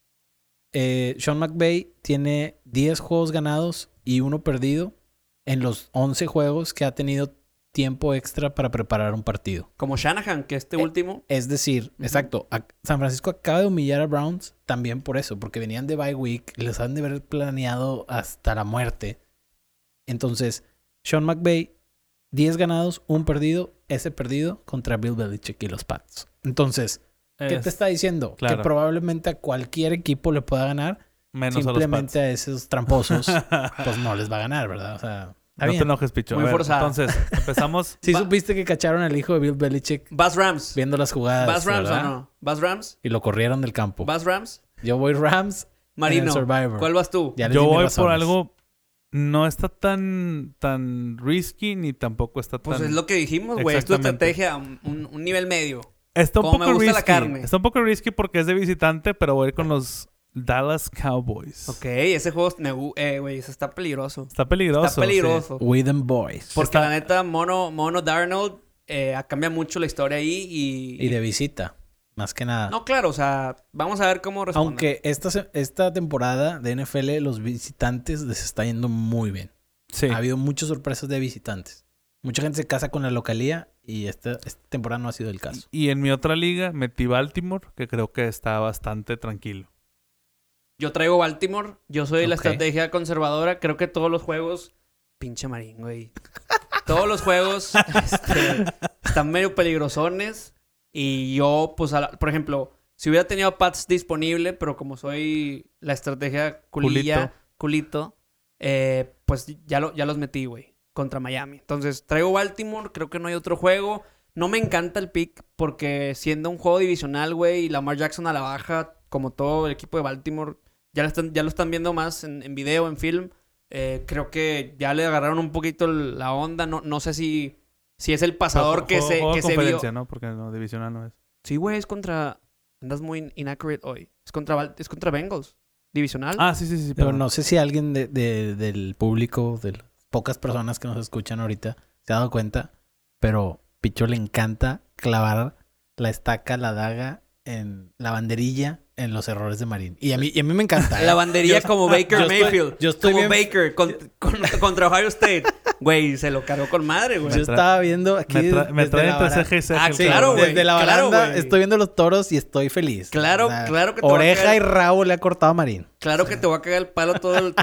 Speaker 2: Sean McVay tiene 10 juegos ganados y 1 perdido en los 11 juegos que ha tenido tiempo extra para preparar un partido.
Speaker 3: Como Shanahan, que último.
Speaker 2: Es decir,
Speaker 3: Ujú.
Speaker 2: exacto, San Francisco acaba de humillar a Browns también por eso, porque venían de bye week, les han de haber planeado hasta la muerte. Entonces, Sean McVay, 10 ganados, 1 perdido, ese perdido contra Bill Belichick y los Pats. Entonces, ¿qué te está diciendo?
Speaker 1: claro.
Speaker 2: Que probablemente a cualquier equipo le pueda ganar,
Speaker 1: Menos a los
Speaker 2: simplemente
Speaker 1: Pats.
Speaker 2: a esos tramposos, pues no les va a ganar, ¿verdad? O sea, está
Speaker 1: No
Speaker 2: bien.
Speaker 1: te enojes, Picho.
Speaker 3: Muy
Speaker 1: A ver,
Speaker 3: forzada.
Speaker 1: Entonces, empezamos.
Speaker 2: Sí
Speaker 3: Va-
Speaker 2: supiste que cacharon al hijo de Bill Belichick
Speaker 3: ¿Vas Rams?
Speaker 2: viendo las jugadas,
Speaker 3: ¿Vas Rams
Speaker 2: ¿verdad?
Speaker 3: o no? ¿Vas Rams?
Speaker 2: Y lo corrieron del campo.
Speaker 3: ¿Vas Rams?
Speaker 2: Yo voy Rams en
Speaker 3: Marino,
Speaker 2: el Survivor.
Speaker 3: ¿cuál vas tú?
Speaker 2: Ya les
Speaker 1: Yo
Speaker 2: di mis
Speaker 1: voy por
Speaker 2: razones.
Speaker 1: algo. No está tan risky ni tampoco está
Speaker 3: Pues
Speaker 1: tan.
Speaker 3: es lo que dijimos, güey. Es tu
Speaker 1: Exactamente.
Speaker 3: estrategia, un nivel medio.
Speaker 1: Está un
Speaker 3: como
Speaker 1: poco
Speaker 3: me gusta
Speaker 1: risky.
Speaker 3: la carne.
Speaker 1: Está un poco risky porque es de visitante, pero voy a ir con los Dallas Cowboys.
Speaker 3: Ok, ese juego, güey, ese está peligroso.
Speaker 1: Está peligroso.
Speaker 3: Está peligroso.
Speaker 2: We them boys.
Speaker 3: Porque
Speaker 1: Está-
Speaker 3: la neta, Mono Darnold cambia mucho la historia ahí
Speaker 2: Y de visita, más que nada.
Speaker 3: No, claro, o sea, vamos a ver cómo responde.
Speaker 2: Aunque esta temporada de NFL, los visitantes les está yendo muy bien.
Speaker 1: Sí.
Speaker 2: Ha habido muchas sorpresas de visitantes. Mucha gente se casa con la localía y esta temporada no ha sido el caso.
Speaker 1: Y en mi otra liga metí Baltimore, que creo que está bastante tranquilo.
Speaker 3: Yo traigo Baltimore. Yo soy la
Speaker 2: Ok.
Speaker 3: estrategia conservadora. Creo que todos los juegos... Pinche Marín, güey. Todos los juegos están medio peligrosones. Y yo, pues, por ejemplo, si hubiera tenido Pats disponible, pero como soy la estrategia culito, pues ya los metí, güey, contra Miami. Entonces, traigo Baltimore. Creo que no hay otro juego. No me encanta el pick porque siendo un juego divisional, güey, y Lamar Jackson a la baja, como todo el equipo de Baltimore, ya lo están viendo más en video, en film. Creo que ya le agarraron un poquito la onda. No sé si es el pasador que se
Speaker 1: conferencia,
Speaker 3: vio.
Speaker 1: ¿no? Porque no, divisional no es.
Speaker 3: Sí, güey, es contra... Andas muy inaccurate hoy. Es contra Bengals. Divisional.
Speaker 1: Ah, sí.
Speaker 2: Pero
Speaker 1: perdón.
Speaker 2: no sé si alguien del público, de las pocas personas que nos escuchan ahorita, se ha dado cuenta, pero Picho le encanta clavar la estaca, la daga en la banderilla en los errores de Marín. Y a mí me encanta.
Speaker 3: La bandería como Baker Mayfield.
Speaker 2: yo estoy
Speaker 3: como
Speaker 2: bien-
Speaker 3: Baker contra Ohio State. Güey, se lo cargó con madre, güey.
Speaker 2: Yo estaba viendo aquí
Speaker 1: Me
Speaker 2: desde
Speaker 1: trae
Speaker 2: la
Speaker 1: entre
Speaker 2: baranda.
Speaker 1: ceja y ceja.
Speaker 3: Ah,
Speaker 1: el
Speaker 3: sí,
Speaker 1: cabrón.
Speaker 3: claro, güey.
Speaker 2: Desde la
Speaker 3: claro,
Speaker 2: baranda
Speaker 3: güey.
Speaker 2: estoy viendo los toros y estoy feliz.
Speaker 3: Claro que te va a
Speaker 2: Oreja
Speaker 3: caer-
Speaker 2: y rabo le ha cortado a Marín.
Speaker 3: Claro que te voy a cagar el palo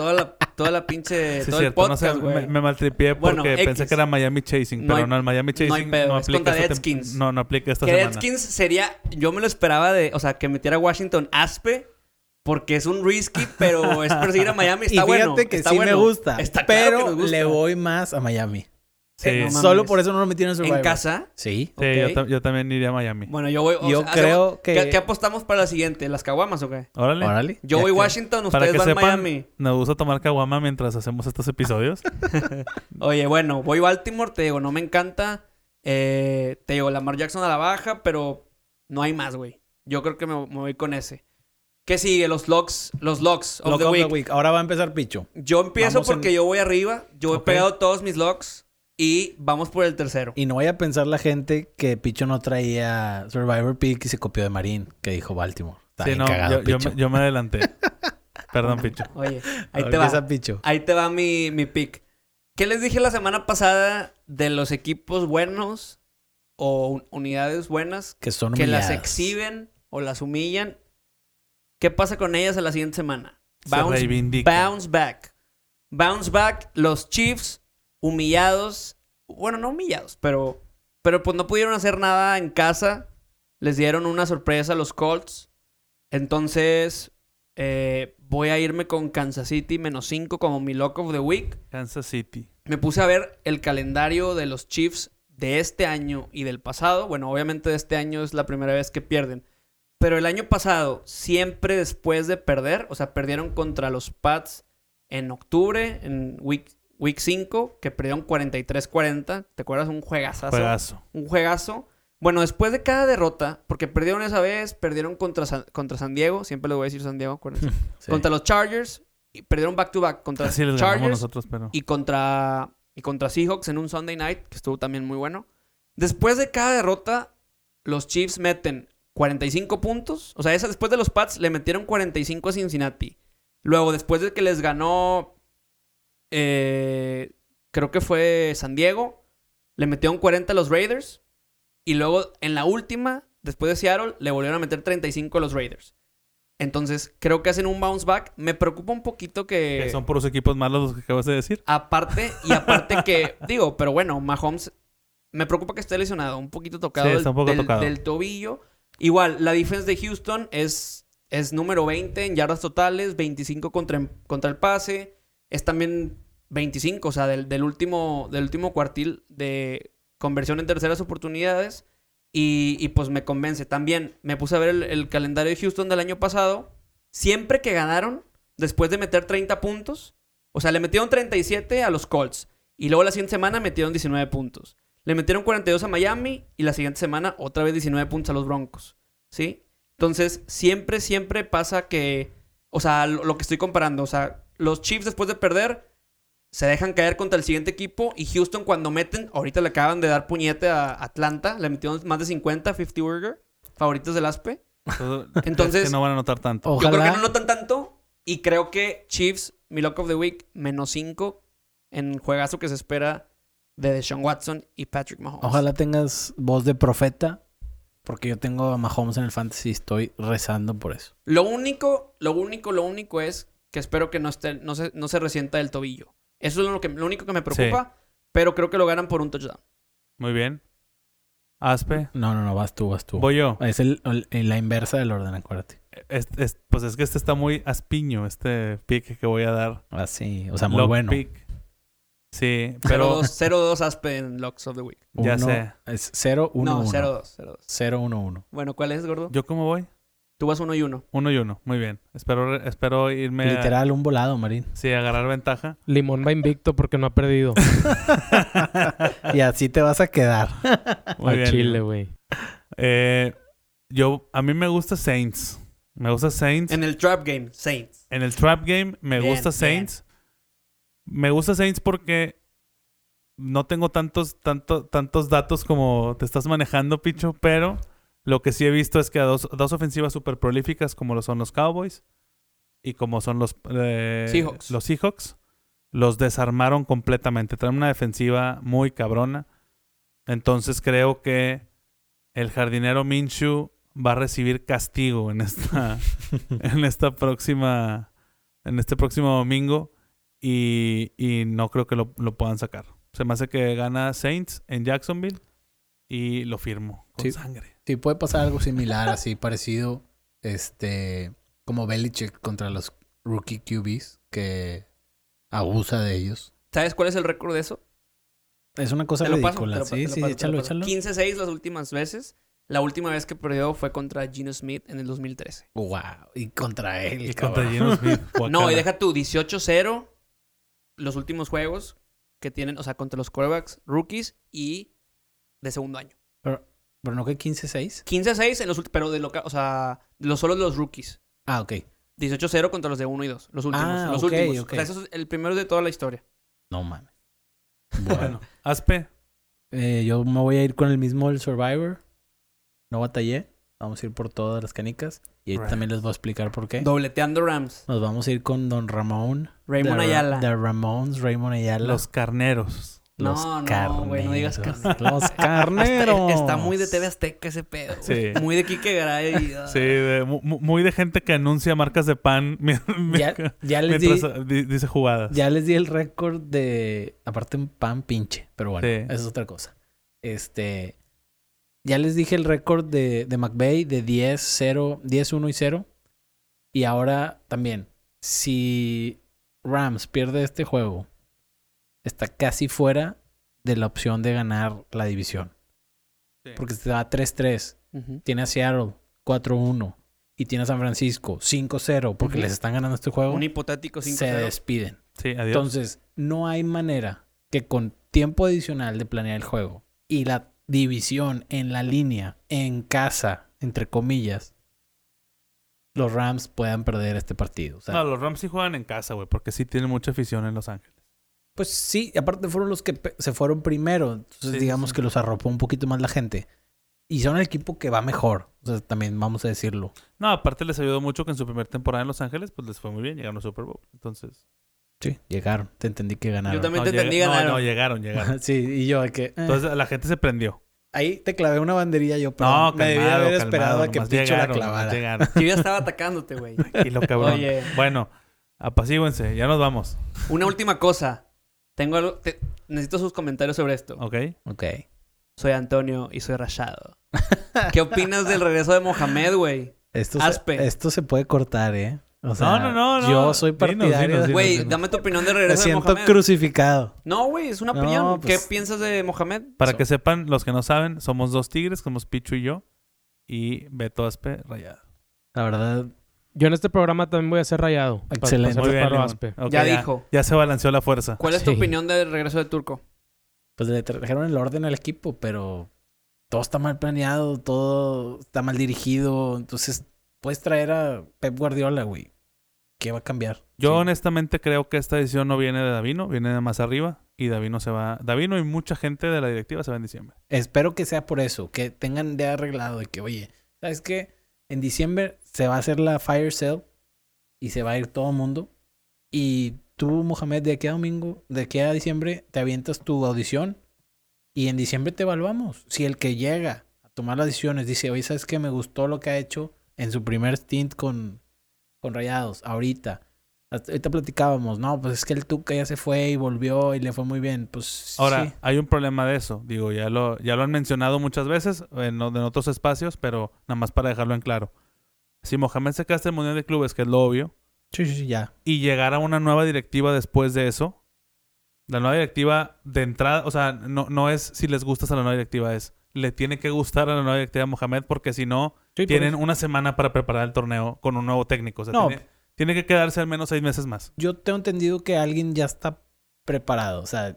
Speaker 3: toda la pinche...
Speaker 1: Sí,
Speaker 3: todo el
Speaker 1: cierto. No
Speaker 3: podcast,
Speaker 1: sé,
Speaker 3: güey.
Speaker 1: me maltripié
Speaker 3: Bueno,
Speaker 1: porque
Speaker 3: X.
Speaker 1: pensé que era Miami Chasing.
Speaker 3: No
Speaker 1: Pero
Speaker 3: hay-
Speaker 1: no, el Miami Chasing
Speaker 3: no hay pedo, es
Speaker 1: aplica
Speaker 3: contra
Speaker 1: esta
Speaker 3: Redskins.
Speaker 1: No aplica esta
Speaker 3: Que
Speaker 1: semana.
Speaker 3: Redskins sería... Yo me lo esperaba o sea, que metiera Washington Aspe. Porque es un risky, pero es perseguir a Miami. Está
Speaker 2: Y fíjate
Speaker 3: bueno.
Speaker 2: que
Speaker 3: está
Speaker 2: sí
Speaker 3: bueno.
Speaker 2: me gusta.
Speaker 3: Está claro que
Speaker 2: pero
Speaker 3: nos gusta.
Speaker 2: le voy más a Miami.
Speaker 1: Sí.
Speaker 3: No mames.
Speaker 2: Solo por eso no lo metieron en Survivor.
Speaker 3: ¿En casa?
Speaker 2: Sí.
Speaker 1: Sí,
Speaker 3: Ok.
Speaker 1: yo también iría a Miami.
Speaker 3: Bueno, yo voy...
Speaker 2: Yo creo que-
Speaker 3: ¿Qué apostamos para la siguiente? ¿Las caguamas o qué?
Speaker 1: Órale.
Speaker 2: Órale.
Speaker 3: Yo
Speaker 2: Ya
Speaker 3: voy
Speaker 2: que-
Speaker 3: Washington,
Speaker 1: Para
Speaker 3: ustedes
Speaker 1: que
Speaker 3: van
Speaker 1: sepan,
Speaker 3: Miami.
Speaker 1: nos gusta tomar caguama mientras hacemos estos episodios.
Speaker 3: Oye, bueno, voy Baltimore, te digo, no me encanta. Te digo, Lamar Jackson a la baja, pero no hay más, güey. Yo creo que me voy con ese. ¿Qué sigue? Los locks of
Speaker 2: Lock
Speaker 3: the
Speaker 2: of
Speaker 3: week.
Speaker 2: the week. Ahora va a empezar Picho.
Speaker 3: Yo empiezo
Speaker 2: Vamos
Speaker 3: porque yo voy arriba. Yo he
Speaker 1: Ok.
Speaker 3: pegado todos mis locks y vamos por el tercero.
Speaker 2: Y no vaya a pensar la gente que Picho no traía Survivor Pick y se copió de Marín, que dijo Baltimore. Está
Speaker 1: Sí,
Speaker 2: bien
Speaker 1: no,
Speaker 2: cagado,
Speaker 1: yo
Speaker 2: Picho.
Speaker 1: me adelanté. Perdón, Picho.
Speaker 3: Oye, ahí
Speaker 2: Ahora
Speaker 3: te
Speaker 2: empieza
Speaker 3: va.
Speaker 2: Picho.
Speaker 3: Ahí te va mi pick. ¿Qué les dije la semana pasada de los equipos buenos o unidades buenas
Speaker 2: Que son
Speaker 3: que las
Speaker 2: humilladas.
Speaker 3: exhiben o las humillan? ¿Qué pasa con ellas a la siguiente semana?
Speaker 1: Se reivindica.
Speaker 3: Bounce back. Bounce back. Los Chiefs humillados. Bueno, no humillados, pero pues no pudieron hacer nada en casa. Les dieron una sorpresa a los Colts. Entonces, voy a irme con Kansas City -5 como mi lock of the week.
Speaker 1: Kansas City.
Speaker 3: Me puse a ver el calendario de los Chiefs de este año y del pasado. Bueno, obviamente de este año es la primera vez que pierden. Pero el año pasado, siempre después de perder, o sea, perdieron contra los Pats en octubre, en week 5, que perdieron 43-40. ¿Te acuerdas? Un juegazazo.
Speaker 1: Juegazo.
Speaker 3: Un juegazo. Bueno, después de cada derrota, porque perdieron esa vez, perdieron contra San Diego, siempre les voy a decir San Diego, acuérdense.
Speaker 2: Sí.
Speaker 3: Contra los Chargers, y perdieron back-to-back contra
Speaker 1: Así les
Speaker 3: los
Speaker 1: ganamos
Speaker 3: Chargers
Speaker 1: nosotros, pero...
Speaker 3: y contra Seahawks en un Sunday Night, que estuvo también muy bueno. Después de cada derrota, los Chiefs meten 45 puntos. O sea, después de los Pats le metieron 45 a Cincinnati. Luego, después de que les ganó, creo que fue San Diego, le metieron 40 a los Raiders. Y luego, en la última, después de Seattle, le volvieron a meter 35 a los Raiders. Entonces, creo que hacen un bounce back. Me preocupa un poquito
Speaker 1: Que
Speaker 3: que...
Speaker 1: son puros equipos malos los que acabas de decir.
Speaker 3: Aparte que... Digo, pero bueno, Mahomes... Me preocupa que esté lesionado. Un poquito tocado,
Speaker 1: Sí, está un poco tocado.
Speaker 3: del tobillo. Igual, la defensa de Houston es número 20 en yardas totales. 25 contra el pase. Es también 25, o sea, del último cuartil de conversión en terceras oportunidades. Y pues me convence. También me puse a ver el calendario de Houston del año pasado. Siempre que ganaron, después de meter 30 puntos, o sea, le metieron 37 a los Colts. Y luego la siguiente semana metieron 19 puntos. Le metieron 42 a Miami y la siguiente semana otra vez 19 puntos a los Broncos. ¿Sí? Entonces, siempre pasa que... O sea, lo que estoy comparando. O sea, los Chiefs después de perder se dejan caer contra el siguiente equipo. Y Houston cuando meten... Ahorita le acaban de dar puñete a Atlanta. Le metieron más de 50, 50 Burger. Favoritos del ASPE. Entonces...
Speaker 1: Es que no van a notar tanto.
Speaker 3: Yo creo que
Speaker 2: Ojalá.
Speaker 3: no notan tanto. Y creo que Chiefs, mi lock of the week, -5. en juegazo que se espera de Deshaun Watson y Patrick Mahomes.
Speaker 2: Ojalá tengas voz de profeta, porque yo tengo a Mahomes en el fantasy y estoy rezando por eso.
Speaker 3: Lo único es que espero que no se resienta del tobillo. Eso es lo único que me preocupa, pero creo que lo ganan por un touchdown.
Speaker 1: Muy bien. Aspe.
Speaker 2: No, vas tú.
Speaker 1: Voy yo.
Speaker 2: Es la inversa del orden, acuérdate.
Speaker 1: Pues es que este está muy aspiño, este pick que voy a dar.
Speaker 2: Así, o sea, muy
Speaker 1: Lock
Speaker 2: bueno.
Speaker 1: pick. Sí, pero
Speaker 3: 0-2 Aspe en Locks of the Week.
Speaker 1: Ya sé.
Speaker 2: Es 0-1-1.
Speaker 3: No, 0-2.
Speaker 2: 0-1-1.
Speaker 3: Bueno, ¿cuál es, gordo?
Speaker 1: ¿yo cómo voy?
Speaker 3: Tú vas 1-1.
Speaker 1: 1-1. Muy bien. Espero irme
Speaker 2: Literal, un volado, Marín.
Speaker 1: Sí, agarrar ventaja.
Speaker 4: Limón va invicto porque no ha perdido.
Speaker 2: Y así te vas a quedar.
Speaker 1: Muy
Speaker 4: Al
Speaker 1: bien,
Speaker 4: Chile,
Speaker 1: Limón.
Speaker 4: güey.
Speaker 1: A mí me gusta Saints. Me gusta Saints.
Speaker 3: En el Trap Game, Saints.
Speaker 1: En el Trap Game me
Speaker 3: Bien,
Speaker 1: gusta Saints. Me gusta Saints porque no tengo tantos datos como te estás manejando, Picho, pero lo que sí he visto es que a dos ofensivas súper prolíficas como lo son los Cowboys y como son los Seahawks, los desarmaron completamente. Traen una defensiva muy cabrona. Entonces creo que el jardinero Minshew va a recibir castigo en este próximo domingo y no creo que lo puedan sacar. Se me hace que gana Saints en Jacksonville y lo firmo con sangre.
Speaker 2: Sí, puede pasar algo similar, así parecido, como Belichick contra los rookie QBs, que abusa de ellos.
Speaker 3: ¿Sabes cuál es el récord de eso?
Speaker 2: Es una cosa
Speaker 3: Te lo paso,
Speaker 2: ridícula. Sí, échalo.
Speaker 3: 15-6 las últimas veces. La última vez que perdió fue contra Geno Smith en el 2013.
Speaker 2: Wow, y contra él,
Speaker 1: Y
Speaker 2: cabrón.
Speaker 1: contra Geno Smith.
Speaker 3: No, y deja tú, 18-0 los últimos juegos que tienen, o sea, contra los quarterbacks rookies y de segundo año.
Speaker 2: Pero no que 15-6.
Speaker 3: 15-6 en los últimos, pero solo de los rookies.
Speaker 2: Ah, ok.
Speaker 3: 18-0 contra los de 1 y 2. Los últimos.
Speaker 2: Ah,
Speaker 3: los
Speaker 2: ok,
Speaker 3: últimos.
Speaker 2: ok.
Speaker 3: O sea, eso es el primero de toda la historia.
Speaker 2: No mames.
Speaker 1: Bueno, Aspe.
Speaker 2: Yo me voy a ir con el mismo del Survivor. No batallé. Vamos a ir por todas las canicas. Y ahí también les voy a explicar por qué.
Speaker 3: Dobleteando Rams.
Speaker 2: Nos vamos a ir con Don Ramón.
Speaker 3: Raymond Ayala.
Speaker 2: The Ramones, Raymond Ayala.
Speaker 1: Los carneros.
Speaker 3: No, güey, no digas carneros.
Speaker 2: Los carneros.
Speaker 3: Está muy de TV Azteca ese pedo.
Speaker 1: Sí.
Speaker 3: Muy de Quique Garay.
Speaker 1: Sí, muy de gente que anuncia marcas de pan
Speaker 2: Ya les
Speaker 1: mientras dice jugadas.
Speaker 2: Ya les di el récord de... Aparte un pan pinche. Pero bueno,
Speaker 1: Sí.
Speaker 2: eso es otra cosa. Ya les dije el récord de McVay de 10-1 y 0. Y ahora también, si Rams pierde este juego, está casi fuera de la opción de ganar la división.
Speaker 1: Sí.
Speaker 2: Porque se va 3-3.
Speaker 3: Ujú.
Speaker 2: Tiene a Seattle 4-1. Y tiene a San Francisco 5-0 porque
Speaker 3: Ujú.
Speaker 2: les están ganando este juego.
Speaker 3: Un hipotético 5-0.
Speaker 2: Se despiden.
Speaker 1: Sí, adiós.
Speaker 2: Entonces, no hay manera que con tiempo adicional de planear el juego y la división en la línea, en casa, entre comillas, los Rams puedan perder este partido. O sea,
Speaker 1: No, los Rams sí juegan en casa, güey, porque sí tienen mucha afición en Los Ángeles.
Speaker 2: pues sí, aparte fueron los que se fueron primero. Entonces,
Speaker 1: Sí,
Speaker 2: digamos
Speaker 1: sí.
Speaker 2: que los arropó un poquito más la gente. Y son el equipo que va mejor. O sea, también vamos a decirlo.
Speaker 1: No, aparte les ayudó mucho que en su primera temporada en Los Ángeles, pues les fue muy bien, llegaron al Super Bowl. Entonces...
Speaker 2: Sí, llegaron. Te entendí que ganaron.
Speaker 3: Yo también
Speaker 1: No,
Speaker 3: te entendí,
Speaker 1: no,
Speaker 3: ganaron.
Speaker 1: no, llegaron.
Speaker 2: Sí, y yo de que...
Speaker 1: Entonces la gente se prendió.
Speaker 2: Ahí te clavé una banderilla yo, pero
Speaker 1: No,
Speaker 2: me debí
Speaker 1: calmado,
Speaker 2: haber esperado a que
Speaker 1: nomás
Speaker 2: Picho la
Speaker 1: nomás
Speaker 2: clavara.
Speaker 1: llegaron.
Speaker 3: Yo ya estaba atacándote, güey.
Speaker 1: Tranquilo, cabrón.
Speaker 3: Oye.
Speaker 1: Bueno, apacíguense, ya nos vamos.
Speaker 3: Una última cosa. Tengo algo... Necesito sus comentarios sobre esto.
Speaker 1: ¿Ok?
Speaker 2: Ok.
Speaker 3: Soy Antonio y soy rayado. ¿Qué opinas del regreso de Mohamed, güey? Aspe.
Speaker 2: Esto se puede cortar, ¿eh? O sea,
Speaker 1: No.
Speaker 2: Yo soy
Speaker 1: Dinos,
Speaker 2: partidario.
Speaker 1: dinos.
Speaker 3: Güey, dame tu opinión del
Speaker 2: Me
Speaker 3: regreso de
Speaker 2: siento
Speaker 3: Mohamed.
Speaker 2: crucificado.
Speaker 3: No, güey, es una
Speaker 2: No,
Speaker 3: opinión.
Speaker 2: pues-
Speaker 3: ¿Qué piensas de Mohamed?
Speaker 1: Para que sepan, los que no saben, somos dos tigres, somos Pichu y yo. Y Beto Aspe rayado.
Speaker 2: La verdad,
Speaker 4: Yo en este programa también voy a ser rayado.
Speaker 2: Excelente.
Speaker 4: Para
Speaker 1: Muy bien,
Speaker 4: paro
Speaker 1: Limón.
Speaker 4: Aspe.
Speaker 1: Ok,
Speaker 3: Ya dijo.
Speaker 1: Ya se balanceó la fuerza.
Speaker 3: ¿Cuál es tu
Speaker 4: Sí.
Speaker 3: opinión del regreso de Turco?
Speaker 2: pues le trajeron el orden al equipo, pero todo está mal planeado, todo está mal dirigido. Entonces, puedes traer a Pep Guardiola, güey. ¿Qué va a cambiar?
Speaker 1: Yo
Speaker 2: Sí.
Speaker 1: honestamente creo que esta decisión no viene de Davino, viene de más arriba. Y Davino se va. Davino y mucha gente de la directiva se va en diciembre.
Speaker 2: Espero que sea por eso, que tengan de arreglado de que, oye, ¿sabes qué? En diciembre se va a hacer la fire sale y se va a ir todo el mundo. Y tú, Mohamed, de aquí a domingo, de aquí a diciembre, te avientas tu audición y en diciembre te evaluamos. Si el que llega a tomar las decisiones dice, oye, ¿sabes qué? Me gustó lo que ha hecho en su primer stint con Rayados, ahorita platicábamos, no, pues es que el Tuca ya se fue y volvió y le fue muy bien, pues
Speaker 1: Ahora,
Speaker 2: sí.
Speaker 1: hay un problema de eso. Digo, ya lo han mencionado muchas veces en otros espacios, pero nada más para dejarlo en claro. Si Mohamed se queda hasta el Mundial de Clubes, que es lo obvio,
Speaker 2: Sí, ya.
Speaker 1: y llegara una nueva directiva después de eso, la nueva directiva de entrada, o sea, no es si les gustas a la nueva directiva, es le tiene que gustar a la nueva directiva a Mohamed, porque si no,
Speaker 2: Sí,
Speaker 1: tienen una semana para preparar el torneo con un nuevo técnico. O sea,
Speaker 2: No.
Speaker 1: tiene que quedarse al menos 6 meses más.
Speaker 2: Yo tengo entendido que alguien ya está preparado. O sea,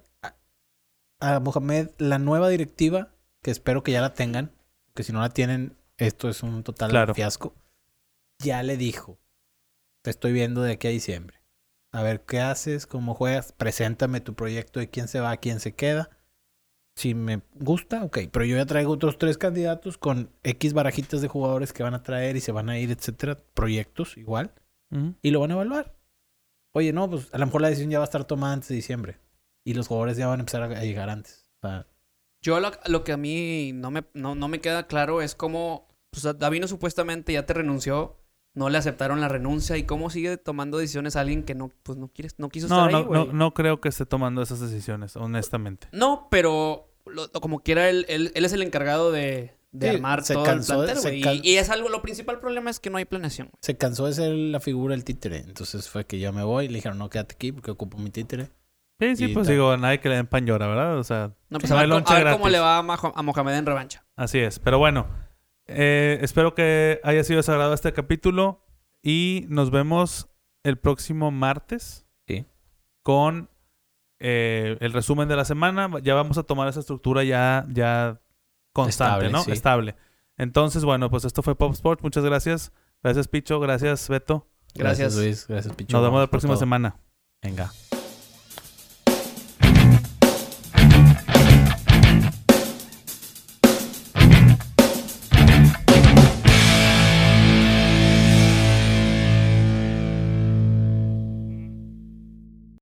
Speaker 2: a Mohamed, la nueva directiva, que espero que ya la tengan, que si no la tienen, esto es un total fiasco, ya le dijo, te estoy viendo de aquí a diciembre. A ver qué haces, cómo juegas, preséntame tu proyecto de quién se va, quién se queda. Si me gusta, ok. Pero yo ya traigo otros 3 candidatos con X barajitas de jugadores que van a traer y se van a ir, etcétera. Proyectos igual. Y lo van a evaluar. Oye, no, pues a lo mejor la decisión ya va a estar tomada antes de diciembre. Y los jugadores ya van a empezar a llegar antes. O sea,
Speaker 3: Yo lo que a mí no me queda claro es cómo... Pues Davino supuestamente ya te renunció. No le aceptaron la renuncia. ¿Y cómo sigue tomando decisiones a alguien que no quiso estar ahí, güey?
Speaker 1: No creo que esté tomando esas decisiones, honestamente.
Speaker 3: No, pero como quiera, él es el encargado de
Speaker 2: Sí,
Speaker 3: armar
Speaker 2: se
Speaker 3: todo
Speaker 2: cansó,
Speaker 3: el plantel,
Speaker 2: se
Speaker 3: güey. Y es algo... Lo principal problema es que no hay planeación, güey.
Speaker 2: se cansó de ser la figura del títere. Entonces fue que ya me voy. Le dijeron, no, quédate aquí porque ocupo mi títere.
Speaker 1: Sí,
Speaker 2: Y
Speaker 1: pues
Speaker 2: tal.
Speaker 1: digo, a nadie que le den pan llora, ¿verdad? O sea,
Speaker 3: No, pues
Speaker 1: no
Speaker 3: a
Speaker 1: hay
Speaker 3: ver,
Speaker 1: lonche
Speaker 3: a ver cómo
Speaker 1: gratis.
Speaker 3: le va a Mohamed en revancha.
Speaker 1: Así es. Pero bueno, espero que haya sido sagrado este capítulo y nos vemos el próximo martes.
Speaker 2: Sí.
Speaker 1: Con el resumen de la semana. Ya vamos a tomar esa estructura ya constante,
Speaker 2: Estable,
Speaker 1: ¿no?
Speaker 2: sí.
Speaker 1: Estable. Entonces, bueno, pues esto fue Pop Sports. Muchas gracias. Gracias, Picho. Gracias, Beto.
Speaker 3: Gracias.
Speaker 2: Luis. Gracias, Picho.
Speaker 1: Nos vemos la
Speaker 2: Vamos por
Speaker 1: próxima
Speaker 2: todo.
Speaker 1: semana.
Speaker 2: Venga.